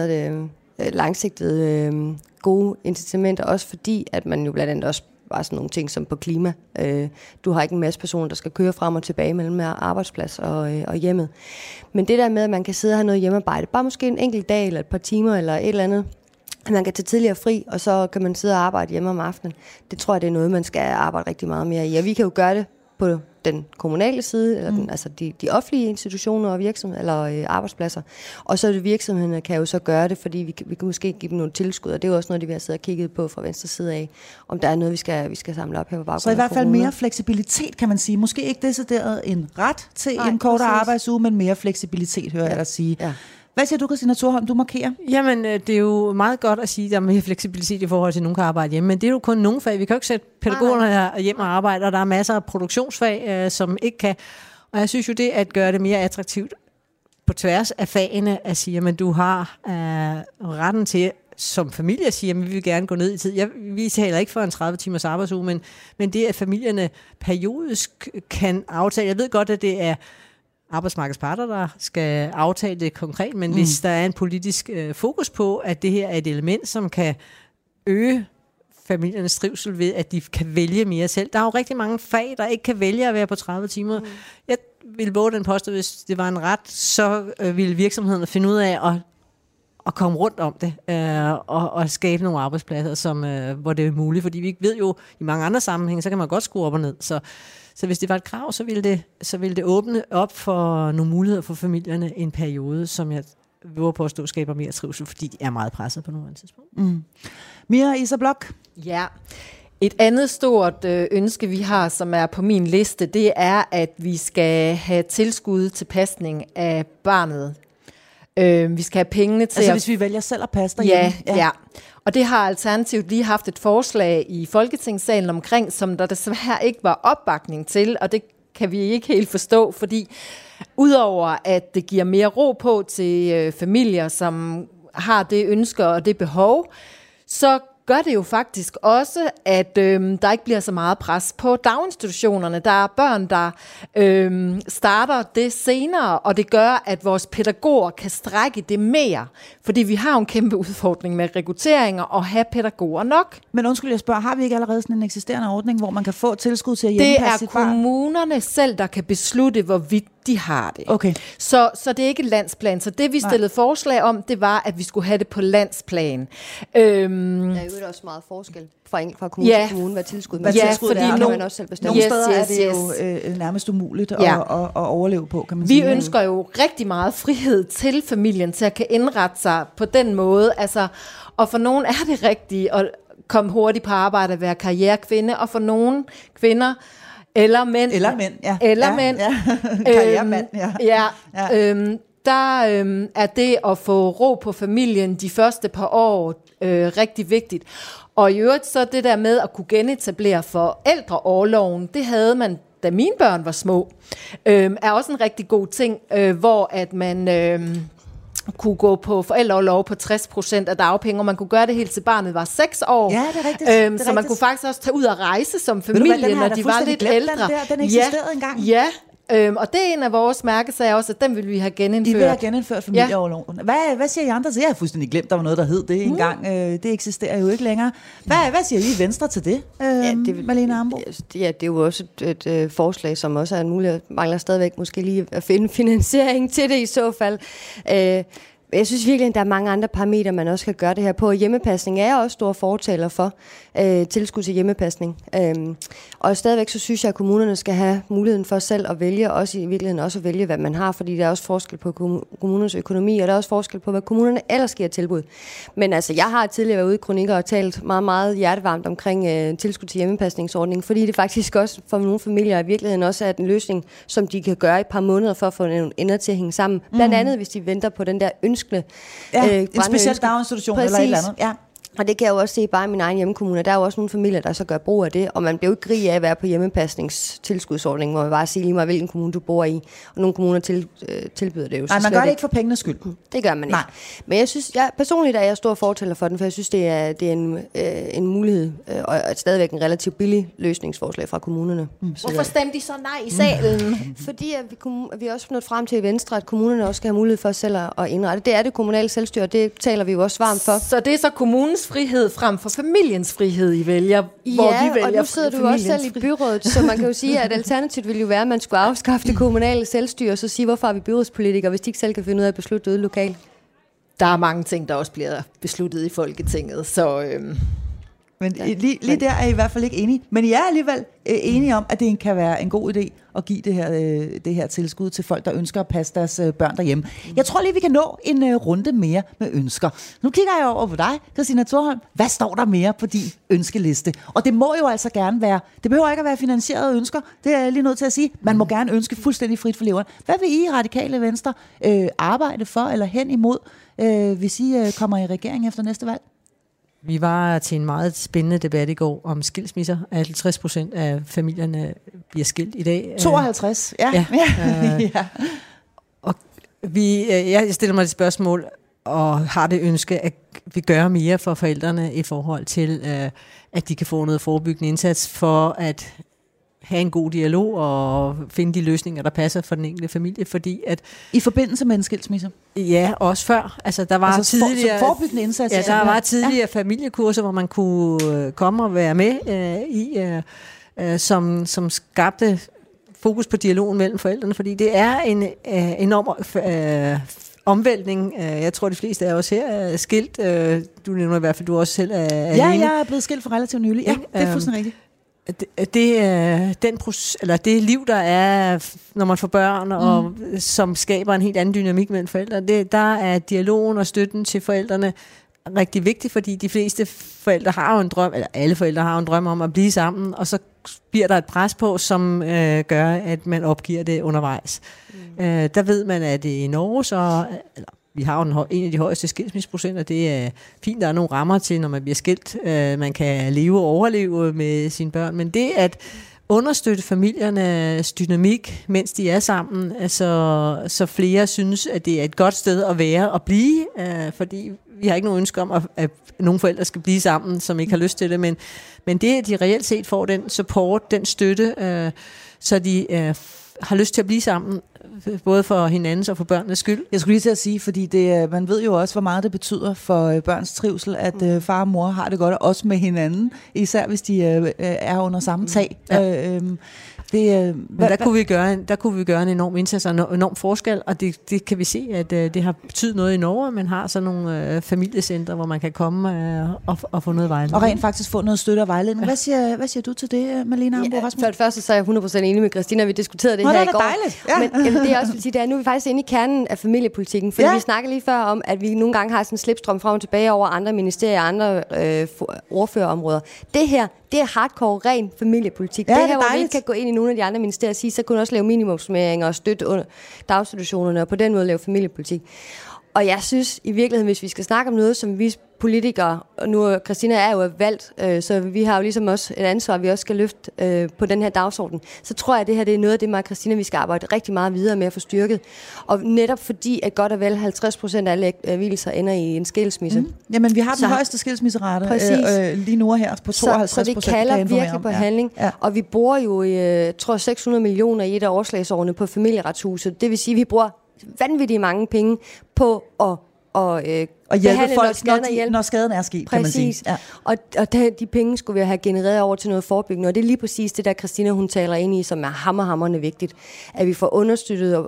langsigtede gode incitamenter, også fordi, at man jo blandt andet også bare sådan nogle ting som på klima. Du har ikke en masse personer, der skal køre frem og tilbage mellem arbejdsplads og hjemmet. Men det der med, at man kan sidde og have noget hjemmearbejde, bare måske en enkelt dag eller et par timer eller et eller andet, at man kan tage tidligere fri, og så kan man sidde og arbejde hjemme om aftenen. Det tror jeg, det er noget, man skal arbejde rigtig meget mere i. Og vi kan jo gøre det på den kommunale side, eller altså de offentlige institutioner og virksomheder, eller arbejdspladser. Og så virksomhederne kan jo så gøre det, fordi vi kan måske give dem nogle tilskud, og det er jo også noget, vi har siddet og kigget på fra venstre side af, om der er noget, vi skal samle op her på baggrund. Så i hvert fald mere fleksibilitet, kan man sige. Måske ikke decideret en ret til en kortere arbejdsuge, men mere fleksibilitet, hører jeg dig sige. Ja. Hvad siger du, Christina Thorholm, du markerer? Jamen, det er jo meget godt at sige, at der er mere fleksibilitet i forhold til, at nogen kan arbejde hjemme, men det er jo kun nogle fag. Vi kan jo ikke sætte pædagogerne her hjem og arbejde, og der er masser af produktionsfag, som ikke kan. Og jeg synes jo, det at gøre det mere attraktivt på tværs af fagene, at sige, at du har retten til, som familie at sige, at vi vil gerne gå ned i tid. Vi taler ikke for en 30 timers arbejdsuge, men det, at familierne periodisk kan aftale. Jeg ved godt, at det er arbejdsmarkedsparter, der skal aftale det konkret, men hvis der er en politisk fokus på, at det her er et element, som kan øge familiernes trivsel ved, at de kan vælge mere selv. Der er jo rigtig mange fag, der ikke kan vælge at være på 30 timer. Jeg vil våge den påstå, hvis det var en ret, så ville virksomheden finde ud af at komme rundt om det, og skabe nogle arbejdspladser, hvor det er muligt. Fordi vi ved jo, i mange andre sammenhænge, så kan man godt skrue op og ned. Så hvis det var et krav, så ville det åbne op for nogle muligheder for familierne en periode, som jeg vil påstå skaber mere trivsel, fordi de er meget presset på nogle tidspunkt. Mira Isa Bloch? Ja. Et andet stort ønske, vi har, som er på min liste, det er, at vi skal have tilskud til pasning af barnet. Vi skal have pengene til hvis vi vælger selv at passe derhjemme? Ja. Og det har Alternativet lige haft et forslag i Folketingssalen omkring, som der desværre ikke var opbakning til, og det kan vi ikke helt forstå, fordi udover at det giver mere ro på til familier, som har det ønske og det behov, så gør det jo faktisk også, at der ikke bliver så meget pres på daginstitutionerne. Der er børn, der starter det senere, og det gør, at vores pædagoger kan strække det mere. Fordi vi har jo en kæmpe udfordring med rekrutteringer og have pædagoger nok. Men undskyld, jeg spørger, har vi ikke allerede sådan en eksisterende ordning, hvor man kan få tilskud til at hjemmepasse sit barn? Det er kommunerne selv, der kan beslutte, hvorvidt de har det. Okay. Så det er ikke landsplan. Så det, vi stillede forslag om, det var, at vi skulle have det på landsplan. Der er jo også meget forskel fra kommune til kommune, hvad tilskud man fordi kan man også selv bestemme. Nogle steder er det jo nærmest umuligt at overleve på, kan man sige. Vi ønsker jo rigtig meget frihed til familien, til at kan indrette sig på den måde. Altså, og for nogen er det rigtigt at komme hurtigt på arbejde og være karrierekvinde, og for nogle kvinder Eller mænd. Karrieremand, der er det at få ro på familien de første par år rigtig vigtigt. Og i øvrigt så det der med at kunne genetablere forældreorloven, det havde man, da mine børn var små, er også en rigtig god ting, hvor at man kunne gå på forældreorlov på 60% af dagpenge, og man kunne gøre det helt til barnet var 6 år. Ja, det er rigtigt. Så man kunne faktisk også tage ud og rejse som familie, når de var lidt ældre. Den eksisterede engang. Ja. Og det er en af vores mærkesager også, at den vil vi have genindført. I vil have genindført familieorloven. Hvad siger I andre? Så jeg har fuldstændig glemt, der var noget, der hed det engang. Det eksisterer jo ikke længere. Hvad siger I Venstre til det, Malene Ambo? Ja, det er jo også et forslag, som også er en mulighed. Mangler stadigvæk måske lige at finde finansiering til det i så fald. Jeg synes virkelig, at der er mange andre parametre, man også kan gøre det her på. Hjemmepasning er jeg også stor fortaler for tilskud til hjemmepasning. Og stadigvæk så synes jeg, at kommunerne skal have muligheden for selv at vælge, også i virkeligheden også at vælge, hvad man har, fordi der er også forskel på kommunernes økonomi, og der er også forskel på, hvad kommunerne ellers giver tilbud. Men altså, jeg har tidligere været ude i kronikker og talt meget, meget hjertevarmt omkring tilskud til hjemmepasningsordningen, fordi det faktisk også for nogle familier i virkeligheden også er en løsning, som de kan gøre i et par måneder for at få nogle ender til at hænge sammen. Blandt andet, hvis de venter på den der en speciel daginstitution eller et eller andet. Ja. Og det kan jeg jo også se bare i min egen hjemmekommune. Der er jo også nogle familier, der så gør brug af det, og man bliver jo ikke grig af at være på hjemmepasningstilskudsordningen, hvor man bare siger lige meget, hvilken kommune du bor i. Og nogle kommuner tilbyder det jo. Nej, man gør det ikke for pengenes skyld. Det gør man ikke. Men jeg synes, personligt er jeg stor fortaler for den, for jeg synes, det er en mulighed, og stadigvæk en relativt billig løsningsforslag fra kommunerne. Hvorfor stemte de så nej i salen? Fordi vi også nået frem til i Venstre, at kommunerne også skal have mulighed for selv at indrette. Det er det kommunale selvstyre, og det taler vi jo også varmt for. Så det er så kommunens frihed frem for familiens frihed, I vælger, hvor vi vælger. Og nu sidder du også selv i byrådet, så man kan jo sige, at alternativet ville jo være, at man skulle afskaffe det kommunale selvstyre, og så sige, hvorfor er vi byrådspolitikere, hvis de ikke selv kan finde ud af at beslutte det ude lokalt. Der er mange ting, der også bliver besluttet i Folketinget, så Men lige der er I hvert fald ikke enige. Men I er alligevel enige om, at det kan være en god idé at give det her tilskud til folk, der ønsker at passe deres børn derhjemme. Jeg tror lige, vi kan nå en runde mere med ønsker. Nu kigger jeg over på dig, Christina Thorholm. Hvad står der mere på din ønskeliste? Og det må jo altså gerne være, det behøver ikke at være finansierede ønsker, det er jeg lige nødt til at sige. Man må gerne ønske fuldstændig frit for leveren. Hvad vil I Radikale Venstre arbejde for eller hen imod, hvis I kommer i regering efter næste valg? Vi var til en meget spændende debat i går om skilsmisser. 50% af familierne bliver skilt i dag. 52, ja. Ja. Og jeg stiller mig et spørgsmål, og har det ønske, at vi gør mere for forældrene i forhold til, at de kan få noget forebyggende indsats for at have en god dialog og finde de løsninger, der passer for den enkelte familie, fordi at... I forbindelse med en skilsmisse? Ja, også før. Altså, der var tidligere... forebyggende indsats? Ja, der var tidligere familiekurser, hvor man kunne komme og være med som skabte fokus på dialogen mellem forældrene, fordi det er en enorm omvæltning. Jeg tror, de fleste af os her er skilt. Du nævner i hvert fald, du også selv er alene. Ja, jeg er blevet skilt for relativt nylig. Ja, det er fuldstændig rigtigt. Det liv, der er, når man får børn, og som skaber en helt anden dynamik mellem forældre, der er dialogen og støtten til forældrene rigtig vigtig, fordi de fleste forældre har jo en drøm, eller alle forældre har jo en drøm om at blive sammen, og så bliver der et pres på, som gør, at man opgiver det undervejs. Der ved man, at i Norge, vi har jo en af de højeste skilsmisseprocenter. Det er fint, der er nogle rammer til, når man bliver skilt. Man kan leve og overleve med sine børn. Men det at understøtte familiernes dynamik, mens de er sammen, altså, så flere synes, at det er et godt sted at være og blive. Fordi vi har ikke nogen ønske om, at nogle forældre skal blive sammen, som ikke har lyst til det. Men det, at de reelt set får den support, den støtte, så de har lyst til at blive sammen, både for hinandens og for børnenes skyld. Jeg skulle lige til at sige, fordi man ved jo også, hvor meget det betyder for børns trivsel, at far og mor har det godt, også med hinanden, især hvis de er under samme tag. Ja. Men der kunne vi gøre en enorm indsats og en enorm forskel, og det kan vi se, at det har betydet noget i Norge, at man har sådan nogle familiecentre, hvor man kan komme og få noget vejledning. Og rent faktisk få noget støtte og vejledning. Hvad siger du til det, Malene Ambo Rasmussen? For det første, så er jeg 100% enig med Christina, vi diskuterede det her i går. Dejligt. Ja. Men det er også vil sige, det er nu er vi faktisk inde i kernen af familiepolitikken, fordi vi snakker lige før om, at vi nogle gange har sådan en slipstrøm frem og tilbage over andre ministerier og andre ordførerområder. Det her, det er hardcore, ren familiepolitik. Ja, det her, hvor vi ikke kan gå ind i nogle af de andre ministerier og sige, så kunne også lave minimumssummeringer og støtte under daginstitutionerne og på den måde lave familiepolitik. Og jeg synes i virkeligheden, hvis vi skal snakke om noget, som vi politikere, og nu Christina er jo valgt, så vi har jo ligesom også et ansvar, vi også skal løfte på den her dagsorden, så tror jeg, at det her det er noget af det, mig og Christina, vi skal arbejde rigtig meget videre med at få styrket. Og netop fordi, at godt og vel 50% af alle vielser ender i en skilsmisse. Jamen, vi har den højeste skilsmisserate lige nu her på 52%. Så det kalder virkelig på handling. Ja. Og vi bruger jo, tror 600 millioner i et af årslagsårene på familieretshuset. Det vil sige, at vi bruger vanvittigt mange penge på at hjælpe folk, når skaden er sket, kan man sige. Ja. Og de penge skulle vi have genereret over til noget forebyggende, og det er lige præcis det, der Christina hun taler ind i, som er hammerende vigtigt, at vi får understøttet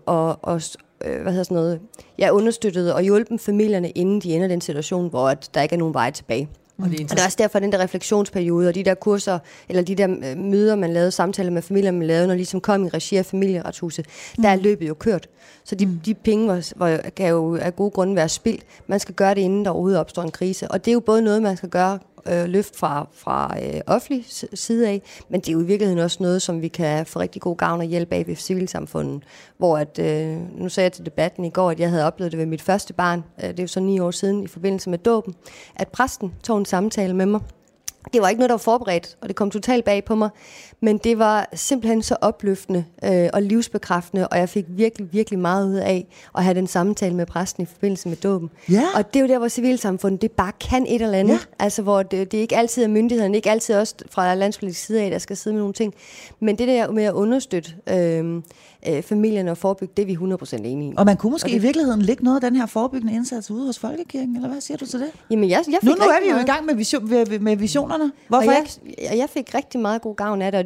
understøttet og hjulpet familierne, inden de ender i den situation, hvor der ikke er nogen vej tilbage. Og det er også derfor, den der refleksionsperiode og de der kurser, eller de der møder, man lavede, samtaler med familier, man lavede, når ligesom kom i regi af familieretshuset, der er løbet jo kørt. Så de penge kan jo af gode grunde være spildt. Man skal gøre det, inden der overhovedet opstår en krise. Og det er jo både noget, man skal gøre løft fra offentlig side af, men det er jo i virkeligheden også noget, som vi kan få rigtig god gavn og hjælp af ved civilsamfundet. Hvor nu sagde jeg til debatten i går, at jeg havde oplevet det ved mit første barn, det er jo så 9 år siden, i forbindelse med dåben, at præsten tog en samtale med mig. Det var ikke noget, der var forberedt, og det kom totalt bag på mig, men det var simpelthen så opløftende og livsbekræftende, og jeg fik virkelig, virkelig meget ud af at have den samtale med præsten i forbindelse med dåben. Yeah. Og det er jo der, hvor civilsamfundet det bare kan et eller andet, altså hvor det ikke altid er myndighederne, ikke altid også fra landspolitisk side af, der skal sidde med nogle ting, men det der med at understøtte familierne og forebygge, det er vi 100% enige i. Og man kunne måske i virkeligheden lægge noget af den her forebyggende indsats ude hos Folkekirken, eller hvad siger du til det? Jamen nu er vi jo i gang med visionerne. Hvorfor jeg fik rigtig meget god gavn af det, og det er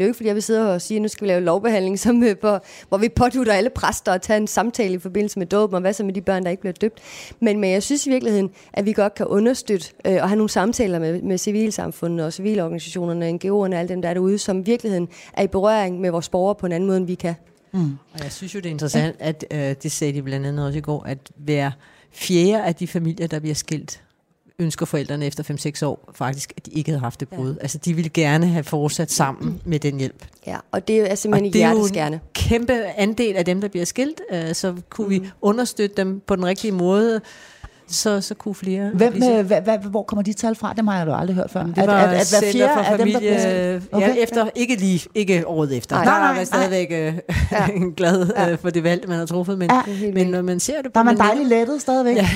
ikke, fordi jeg vil sidde og sige, at nu skal vi lave lovbehandling, hvor vi pådutter alle præster at tage en samtale i forbindelse med dåben, og hvad så med de børn, der ikke bliver døbt. Men jeg synes i virkeligheden, at vi godt kan understøtte og have nogle samtaler med civilsamfundet og civilorganisationerne, NGO'erne, alle dem der er derude, som i virkeligheden er i berøring med vores borgere på en anden måde, end vi kan. Og jeg synes jo, det er interessant, at det sagde de blandt andet også i går, at hver fjerde af de familier, der bliver skilt, ønsker forældrene efter 5-6 år faktisk, at de ikke havde haft det brud. Ja. Altså, de ville gerne have fortsat sammen med den hjælp. Ja, og det er simpelthen hjerteskærende. Det er jo en kæmpe andel af dem, der bliver skilt, så kunne vi understøtte dem på den rigtige måde, så kunne flere... Hvor kommer de tal fra? Det har jeg jo aldrig hørt før. Det var at hver fjerde for familie, af dem, okay. Efter, ikke året efter. Nej, stadigvæk en glad for det valg, man har truffet, men når man ser det på... Der er man dejligt lettet stadigvæk. Ja.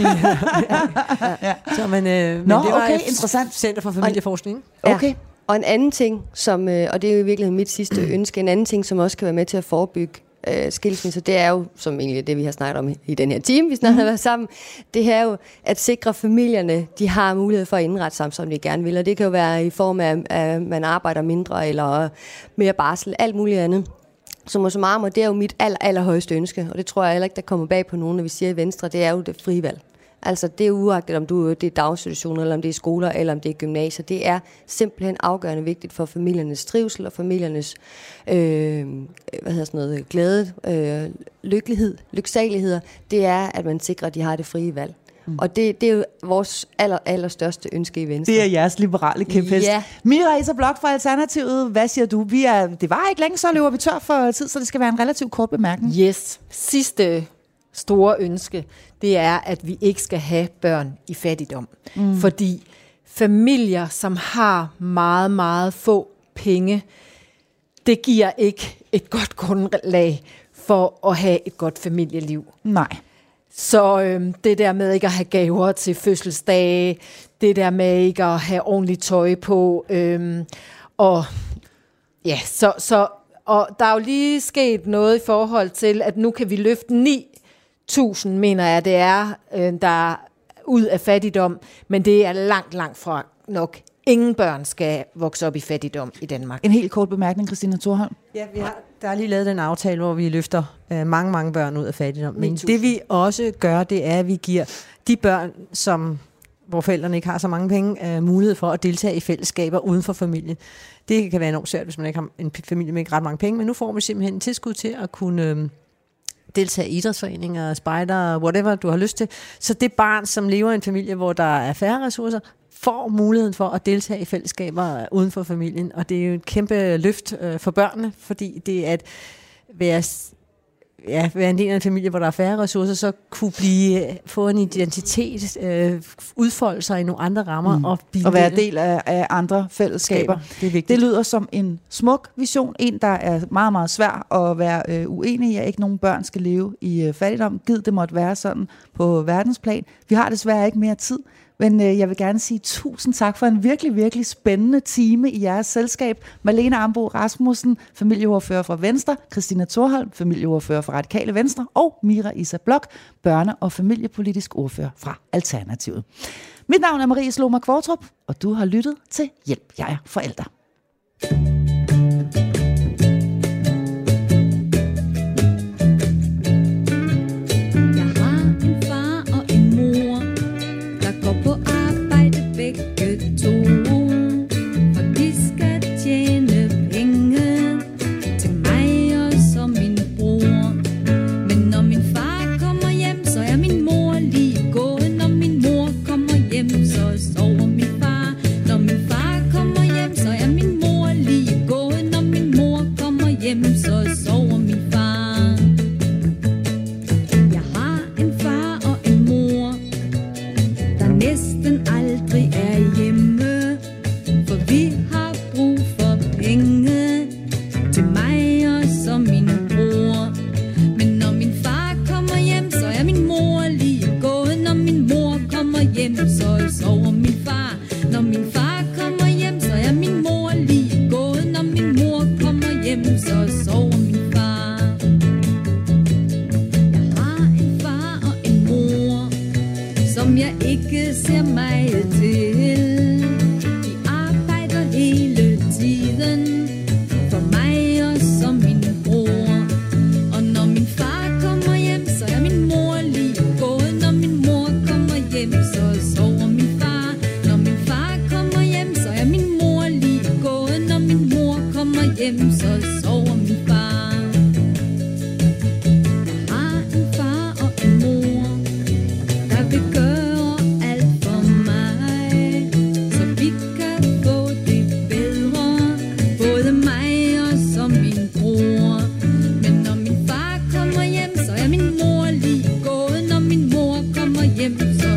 Så men det var interessant. Center for Familieforskning. Okay. Og en anden ting, som, og det er jo i virkeligheden mit sidste ønske, en anden ting, som også kan være med til at forebygge skilsmisser, det er jo, som egentlig det, vi har snakket om i den her time, vi snart har været sammen, det er jo at sikre familierne, de har mulighed for at indrette sig, som de gerne vil, og det kan jo være i form af, at man arbejder mindre, eller mere barsel, alt muligt andet. Som det er jo mit allerhøjeste ønske, og det tror jeg heller ikke, der kommer bag på nogen, når vi siger i Venstre, det er jo det frie valg. Altså det er uagtet, om det er daginstitutioner, eller om det er skoler, eller om det er gymnasier. Det er simpelthen afgørende vigtigt for familiernes trivsel og familiernes glæde, lykkelighed, lyksaligheder. Det er, at man sikrer, at de har det frie valg. Og det er jo vores allerstørste ønske i Venstre. Det er jeres liberale kæphest. Ja. Mira Issa Bloch fra Alternativet, hvad siger du? Det var ikke længe, så løber vi tør for tid, så det skal være en relativt kort bemærkning. Yes. Sidste store ønske, det er, at vi ikke skal have børn i fattigdom. Fordi familier, som har meget, meget få penge, det giver ikke et godt grundlag for at have et godt familieliv. Nej. Så det der med ikke at have gaver til fødselsdage, det der med ikke at have ordentligt tøj på, og ja, og der er jo lige sket noget i forhold til, at nu kan vi løfte 9.000, mener jeg, det er, der er ud af fattigdom, men det er langt fra nok. Ingen børn skal vokse op i fattigdom i Danmark. En helt kort bemærkning, Christina Thorholm. Ja, der er lige lavet den aftale, hvor vi løfter mange børn ud af fattigdom. Men det vi også gør, det er, at vi giver de børn, hvor forældrene ikke har så mange penge, mulighed for at deltage i fællesskaber uden for familien. Det kan være enormt svært, hvis man ikke har en familie med ikke ret mange penge, men nu får vi simpelthen en tilskud til at kunne deltage i idrætsforeninger, spejder, whatever du har lyst til. Så det barn, som lever i en familie, hvor der er færre ressourcer, får muligheden for at deltage i fællesskaber uden for familien. Og det er jo et kæmpe løft for børnene, fordi det er at være en del af en familie, hvor der er færre ressourcer, så kunne få en identitet, udfolde sig i nogle andre rammer. Og være del af andre fællesskaber. Det er vigtigt. Det lyder som en smuk vision. En, der er meget, meget svær at være uenig i, at ikke nogen børn skal leve i fattigdom. Gid det måtte være sådan på verdensplan. Vi har desværre ikke mere tid. Men jeg vil gerne sige tusind tak for en virkelig, virkelig spændende time i jeres selskab. Marlene Ambo-Rasmussen, familieordfører fra Venstre, Christina Thorholm, familieordfører fra Radikale Venstre, og Mira Issa Bloch, børne- og familiepolitisk ordfører fra Alternativet. Mit navn er Marie Sloma Kvartrup, og du har lyttet til Hjælp, jeg er forælder. vil gøre alt for mig, så vi kan få det bedre, både mig og som min bror. Men når min far kommer hjem, så er min mor lige gået. Når min mor kommer hjem, så